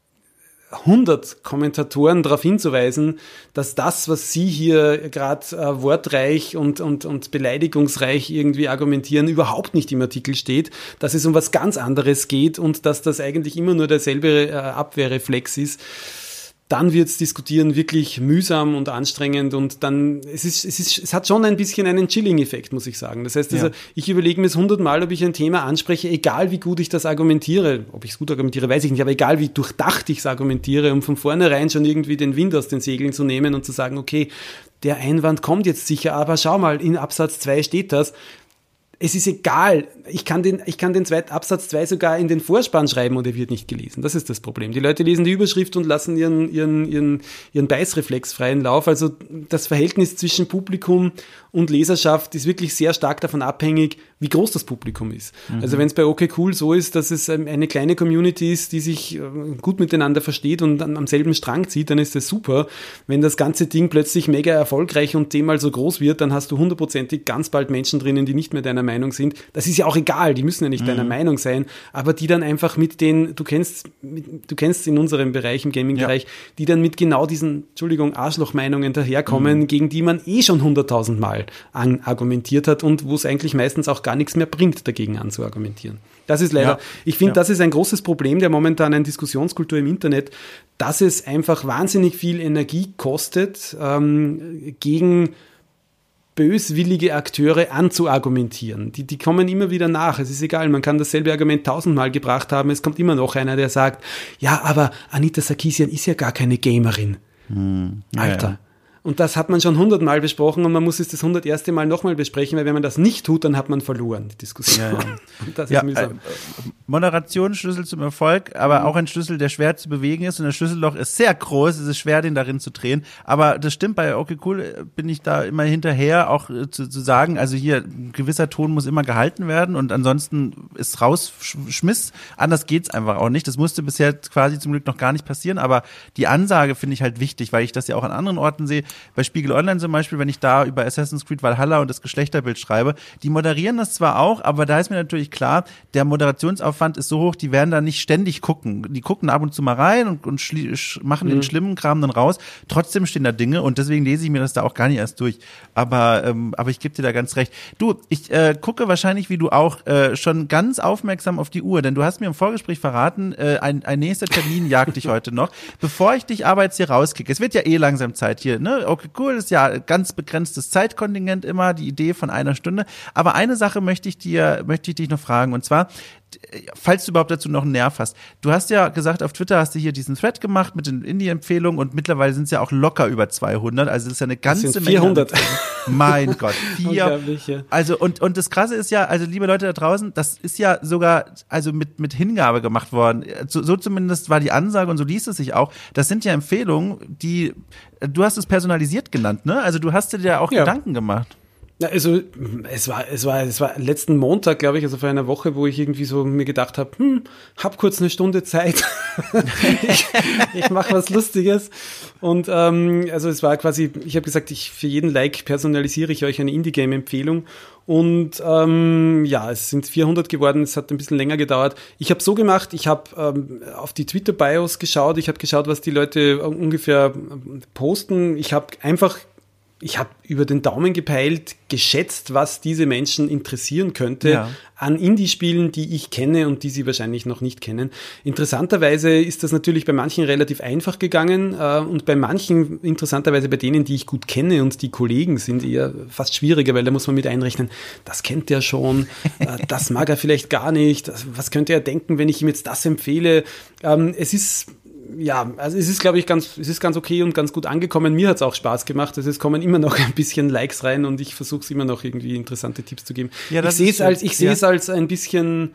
hundert Kommentatoren darauf hinzuweisen, dass das, was sie hier gerade äh, wortreich und, und, und beleidigungsreich irgendwie argumentieren, überhaupt nicht im Artikel steht, dass es um was ganz anderes geht und dass das eigentlich immer nur derselbe äh, Abwehrreflex ist, dann wird's diskutieren wirklich mühsam und anstrengend und dann, es ist, es ist, es hat schon ein bisschen einen Chilling-Effekt, muss ich sagen. Das heißt, also, ja. ich überlege mir es hundertmal, ob ich ein Thema anspreche, egal wie gut ich das argumentiere. Ob ich es gut argumentiere, weiß ich nicht, aber egal wie durchdacht ich es argumentiere, um von vornherein schon irgendwie den Wind aus den Segeln zu nehmen und zu sagen, okay, der Einwand kommt jetzt sicher, aber schau mal, in Absatz zwei steht das. Es ist egal, ich kann den, ich kann den zweiten Absatz zwei sogar in den Vorspann schreiben und er wird nicht gelesen. Das ist das Problem. Die Leute lesen die Überschrift und lassen ihren, ihren, ihren, ihren Beißreflex freien Lauf. Also das Verhältnis zwischen Publikum und Leserschaft ist wirklich sehr stark davon abhängig, wie groß das Publikum ist. Mhm. Also wenn es bei OK Cool so ist, dass es eine kleine Community ist, die sich gut miteinander versteht und am selben Strang zieht, dann ist das super. Wenn das ganze Ding plötzlich mega erfolgreich und zehnmal so groß wird, dann hast du hundertprozentig ganz bald Menschen drinnen, die nicht mehr deiner Meinung sind. Das ist ja auch egal, die müssen ja nicht mhm. deiner Meinung sein, aber die dann einfach mit den, du kennst, mit, du kennst in unserem Bereich, im Gaming-Bereich, ja. die dann mit genau diesen, Entschuldigung, Arschlochmeinungen daherkommen, mhm. gegen die man eh schon hunderttausend Mal an, argumentiert hat und wo es eigentlich meistens auch gar nichts mehr bringt, dagegen anzuargumentieren. Das ist leider, ja. ich finde, ja. das ist ein großes Problem der momentanen Diskussionskultur im Internet, dass es einfach wahnsinnig viel Energie kostet, ähm, gegen böswillige Akteure anzuargumentieren. Die, die kommen immer wieder nach. Es ist egal, man kann dasselbe Argument tausendmal gebracht haben. Es kommt immer noch einer, der sagt, ja, aber Anita Sarkeesian ist ja gar keine Gamerin. Hm. Ja, Alter. Ja. Und das hat man schon hundertmal besprochen und man muss es das hunderterste Mal nochmal besprechen, weil wenn man das nicht tut, dann hat man verloren, die Diskussion. Ja, ja. Und das ist ja, mühsam. Äh, Moderation, Schlüssel zum Erfolg, aber mhm. auch ein Schlüssel, der schwer zu bewegen ist und das Schlüsselloch ist sehr groß, es ist schwer, den darin zu drehen, aber das stimmt, bei OK Cool bin ich da immer hinterher, auch äh, zu, zu sagen, also hier, ein gewisser Ton muss immer gehalten werden und ansonsten ist rausschmiss, anders geht's einfach auch nicht, das musste bisher quasi zum Glück noch gar nicht passieren, aber die Ansage finde ich halt wichtig, weil ich das ja auch an anderen Orten sehe, bei Spiegel Online zum Beispiel, wenn ich da über Assassin's Creed Valhalla und das Geschlechterbild schreibe, die moderieren das zwar auch, aber da ist mir natürlich klar, der Moderationsaufwand ist so hoch, die werden da nicht ständig gucken. Die gucken ab und zu mal rein und, und schli- machen mhm. den schlimmen Kram dann raus. Trotzdem stehen da Dinge und deswegen lese ich mir das da auch gar nicht erst durch. Aber, ähm, aber ich gebe dir da ganz recht. Du, ich äh, gucke wahrscheinlich, wie du auch, äh, schon ganz aufmerksam auf die Uhr, denn du hast mir im Vorgespräch verraten, äh, ein, ein nächster Termin jagt dich heute noch. Bevor ich dich aber jetzt hier rauskicke, es wird ja eh langsam Zeit hier, ne? Okay, cool, ist ja ganz begrenztes Zeitkontingent immer, die Idee von einer Stunde. Aber eine Sache möchte ich dir, möchte ich dich noch fragen, und zwar, falls du überhaupt dazu noch einen Nerv hast. Du hast ja gesagt, auf Twitter hast du hier diesen Thread gemacht mit den Indie-Empfehlungen und mittlerweile sind es ja auch locker über zweihundert, also das ist ja eine ganze das sind vierhundert. Menge. Mein Gott, vier. Also und und das Krasse ist ja, also liebe Leute da draußen, das ist ja sogar also mit mit Hingabe gemacht worden. So, so zumindest war die Ansage und so liest es sich auch. Das sind ja Empfehlungen, die du hast es personalisiert genannt, ne? Also du hast dir ja auch ja. Gedanken gemacht. Ja, also es war, es war, es war letzten Montag, glaube ich, also vor einer Woche, wo ich irgendwie so mir gedacht habe, hm, hab kurz eine Stunde Zeit, ich, ich mache was Lustiges. Und ähm, also es war quasi, ich habe gesagt, ich für jeden Like personalisiere ich euch eine Indie-Game-Empfehlung. Und ähm, ja, es sind vierhundert geworden, es hat ein bisschen länger gedauert. Ich habe so gemacht, ich habe ähm, auf die Twitter-Bios geschaut, ich habe geschaut, was die Leute ungefähr posten. Ich habe einfach Ich habe über den Daumen gepeilt, geschätzt, was diese Menschen interessieren könnte ja. an Indie-Spielen, die ich kenne und die sie wahrscheinlich noch nicht kennen. Interessanterweise ist das natürlich bei manchen relativ einfach gegangen äh, und bei manchen, interessanterweise bei denen, die ich gut kenne und die Kollegen sind, eher fast schwieriger, weil da muss man mit einrechnen, das kennt er schon, äh, das mag er vielleicht gar nicht, was könnte er denken, wenn ich ihm jetzt das empfehle. Ähm, es ist Ja, also es ist, glaube ich, ganz, es ist ganz okay und ganz gut angekommen. Mir hat es auch Spaß gemacht. Also es kommen immer noch ein bisschen Likes rein und ich versuche es immer noch irgendwie interessante Tipps zu geben. Ja, ich sehe es als, ich sehe es ja. als ein bisschen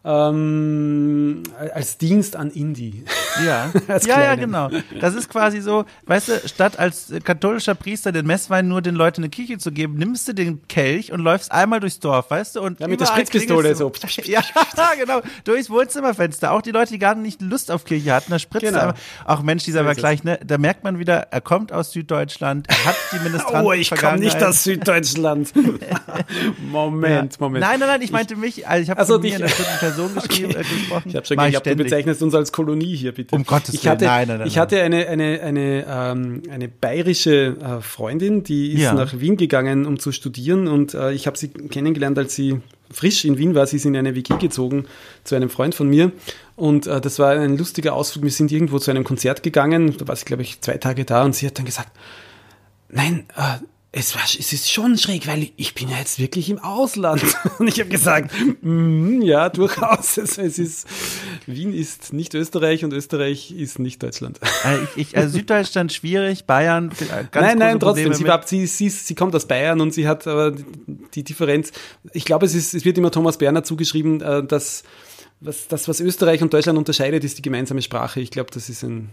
ähm, als Dienst an Indie. Ja, ja, ja, genau. Das ist quasi so, weißt du, statt als katholischer Priester den Messwein nur den Leuten in die Kirche zu geben, nimmst du den Kelch und läufst einmal durchs Dorf, weißt du? Und ja, mit der Spritzpistole so. Ja, genau, durchs Wohnzimmerfenster. Auch die Leute, die gar nicht Lust auf Kirche hatten, da spritzt genau. einfach. Ach Mensch, dieser so war gleich, ne? Da merkt man wieder, er kommt aus Süddeutschland, er hat die Ministranten. Oh, ich komme nicht aus Süddeutschland. Moment, ja. Moment. Nein, nein, nein, ich meinte ich, mich, also ich habe also von mir in der dritten Person geschrieben, okay. äh, gesprochen. Ich habe schon gedacht, du bezeichnest uns als Kolonie hier, bitte. Um Gottes ich hatte, Willen, nein, nein, nein. Ich hatte eine, eine, eine, ähm, eine bayerische äh, Freundin, die ist ja. nach Wien gegangen, um zu studieren und äh, ich habe sie kennengelernt, als sie frisch in Wien war. Sie ist in eine W G gezogen zu einem Freund von mir und äh, das war ein lustiger Ausflug. Wir sind irgendwo zu einem Konzert gegangen, da war sie, glaube ich, zwei Tage da und sie hat dann gesagt, nein, äh, Es, war, es ist schon schräg, weil ich bin ja jetzt wirklich im Ausland. Und ich habe gesagt, mm, ja, durchaus. Es, es ist, Wien ist nicht Österreich und Österreich ist nicht Deutschland. Also, ich, ich, also Süddeutschland schwierig, Bayern ganz Nein, nein, trotzdem. Sie, war, sie, sie, sie kommt aus Bayern und sie hat aber die Differenz. Ich glaube, es, ist, es wird immer Thomas Berner zugeschrieben, dass was, das, was Österreich und Deutschland unterscheidet, ist die gemeinsame Sprache. Ich glaube, das ist ein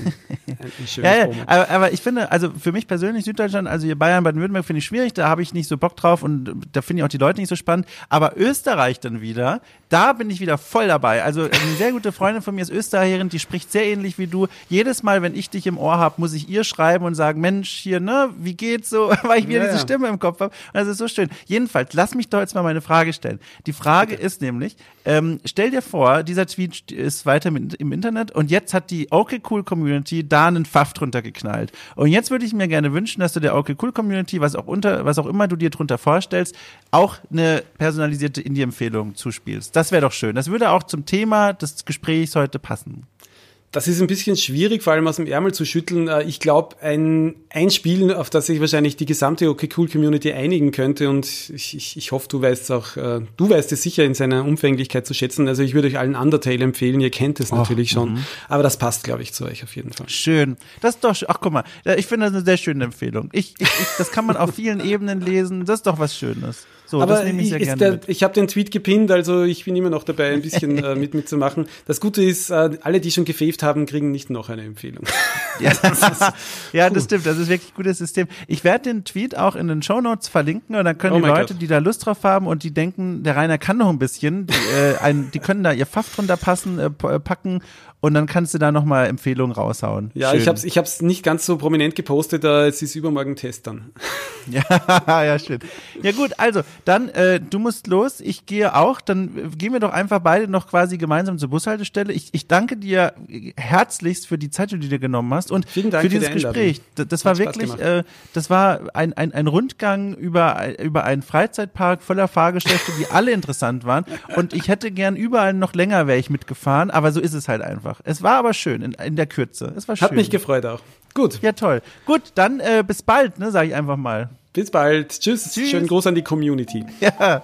ja, ja, aber, aber ich finde, also für mich persönlich Süddeutschland, also hier Bayern, Baden-Württemberg finde ich schwierig, da habe ich nicht so Bock drauf und da finde ich auch die Leute nicht so spannend, aber Österreich dann wieder, da bin ich wieder voll dabei. Also eine sehr gute Freundin von mir ist Österreicherin, die spricht sehr ähnlich wie du. Jedes Mal, wenn ich dich im Ohr habe, muss ich ihr schreiben und sagen, Mensch, hier, ne, wie geht's so, weil ich wieder ja, diese Stimme im Kopf habe. Und das ist so schön. Jedenfalls, lass mich doch jetzt mal meine Frage stellen. Die Frage okay. ist nämlich, ähm, stell dir vor, dieser Tweet ist weiter mit, im Internet und jetzt hat die Okay Cool Community da einen Pfaff drunter geknallt. Und jetzt würde ich mir gerne wünschen, dass du der Okay Cool Community, was auch unter, was auch immer du dir drunter vorstellst, auch eine personalisierte Indie-Empfehlung zuspielst. Das wäre doch schön. Das würde auch zum Thema des Gesprächs heute passen. Das ist ein bisschen schwierig, vor allem aus dem Ärmel zu schütteln. Ich glaube, ein, ein Spiel, auf das sich wahrscheinlich die gesamte Okay Cool Community einigen könnte und ich, ich, ich hoffe, du weißt es auch, du weißt es sicher in seiner Umfänglichkeit zu schätzen. Also ich würde euch allen Undertale empfehlen, ihr kennt es natürlich oh, schon, m-hmm. aber das passt, glaube ich, zu euch auf jeden Fall. Schön. Das ist doch schön. Ach, guck mal, ich finde das eine sehr schöne Empfehlung. Ich, ich, ich, das kann man auf vielen Ebenen lesen. Das ist doch was Schönes. So, aber das nehme ich sehr gerne der, mit. Ich habe den Tweet gepinnt, also ich bin immer noch dabei, ein bisschen äh, mit mitzumachen. Das Gute ist, äh, alle, die schon gefaved haben, kriegen nicht noch eine Empfehlung. Ja, das, ist, ja, das stimmt. Das ist wirklich ein gutes System. Ich werde den Tweet auch in den Shownotes verlinken und dann können oh die Leute, God. die da Lust drauf haben und die denken, der Rainer kann noch ein bisschen, die, äh, ein, die können da ihr Pfaff drunter passen, äh, packen und dann kannst du da nochmal Empfehlungen raushauen. Ja, schön. ich hab's, ich hab's nicht ganz so prominent gepostet, äh, es ist übermorgen Test dann. Ja, ja, schön. Ja gut, also dann, äh, du musst los, ich gehe auch, dann gehen wir doch einfach beide noch quasi gemeinsam zur Bushaltestelle. Ich, ich danke dir herzlichst für die Zeit, die du dir genommen hast und Vielen Dank für dieses für die Gespräch. Das, das war wirklich, äh, das war ein, ein, ein Rundgang über, über einen Freizeitpark voller Fahrgeschäfte, die alle interessant waren und ich hätte gern überall noch länger wäre ich mitgefahren, aber so ist es halt einfach. Es war aber schön in, in der Kürze. Es war schön. Hat mich gefreut auch. Gut. Ja, toll. Gut, dann äh, bis bald, ne, sage ich einfach mal. Bis bald. Tschüss. Tschüss. Schönen Gruß an die Community. Ja.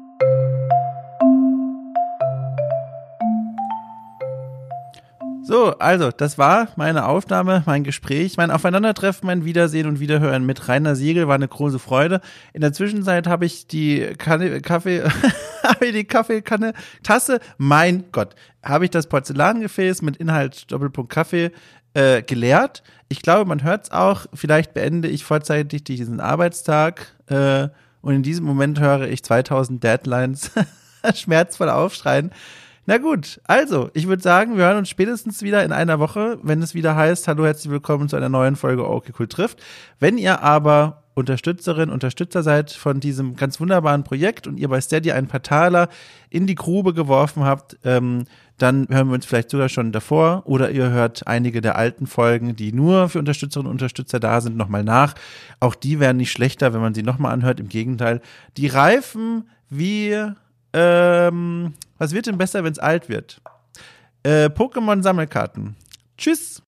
So, So, also, das war meine Aufnahme, mein Gespräch, mein Aufeinandertreffen, mein Wiedersehen und Wiederhören mit Rainer Siegel war eine große Freude. In der Zwischenzeit habe ich die Kanne, Kaffee, habe ich die Kaffeekanne, Tasse, mein Gott, habe ich das Porzellangefäß mit Inhalt Doppelpunkt Kaffee äh, geleert. Ich glaube, man hört es auch. Vielleicht beende ich vorzeitig diesen Arbeitstag äh, und in diesem Moment höre ich zweitausend Deadlines schmerzvoll aufschreien. Na gut, also, ich würde sagen, wir hören uns spätestens wieder in einer Woche, wenn es wieder heißt, hallo, herzlich willkommen zu einer neuen Folge Okay Cool trifft. Wenn ihr aber Unterstützerin, Unterstützer seid von diesem ganz wunderbaren Projekt und ihr bei Steady ein paar Taler in die Grube geworfen habt, ähm, dann hören wir uns vielleicht sogar schon davor oder ihr hört einige der alten Folgen, die nur für Unterstützerinnen und Unterstützer da sind, nochmal nach. Auch die werden nicht schlechter, wenn man sie nochmal anhört, im Gegenteil. Die reifen wie... Ähm, was wird denn besser, wenn es alt wird? Äh, Pokémon-Sammelkarten. Tschüss!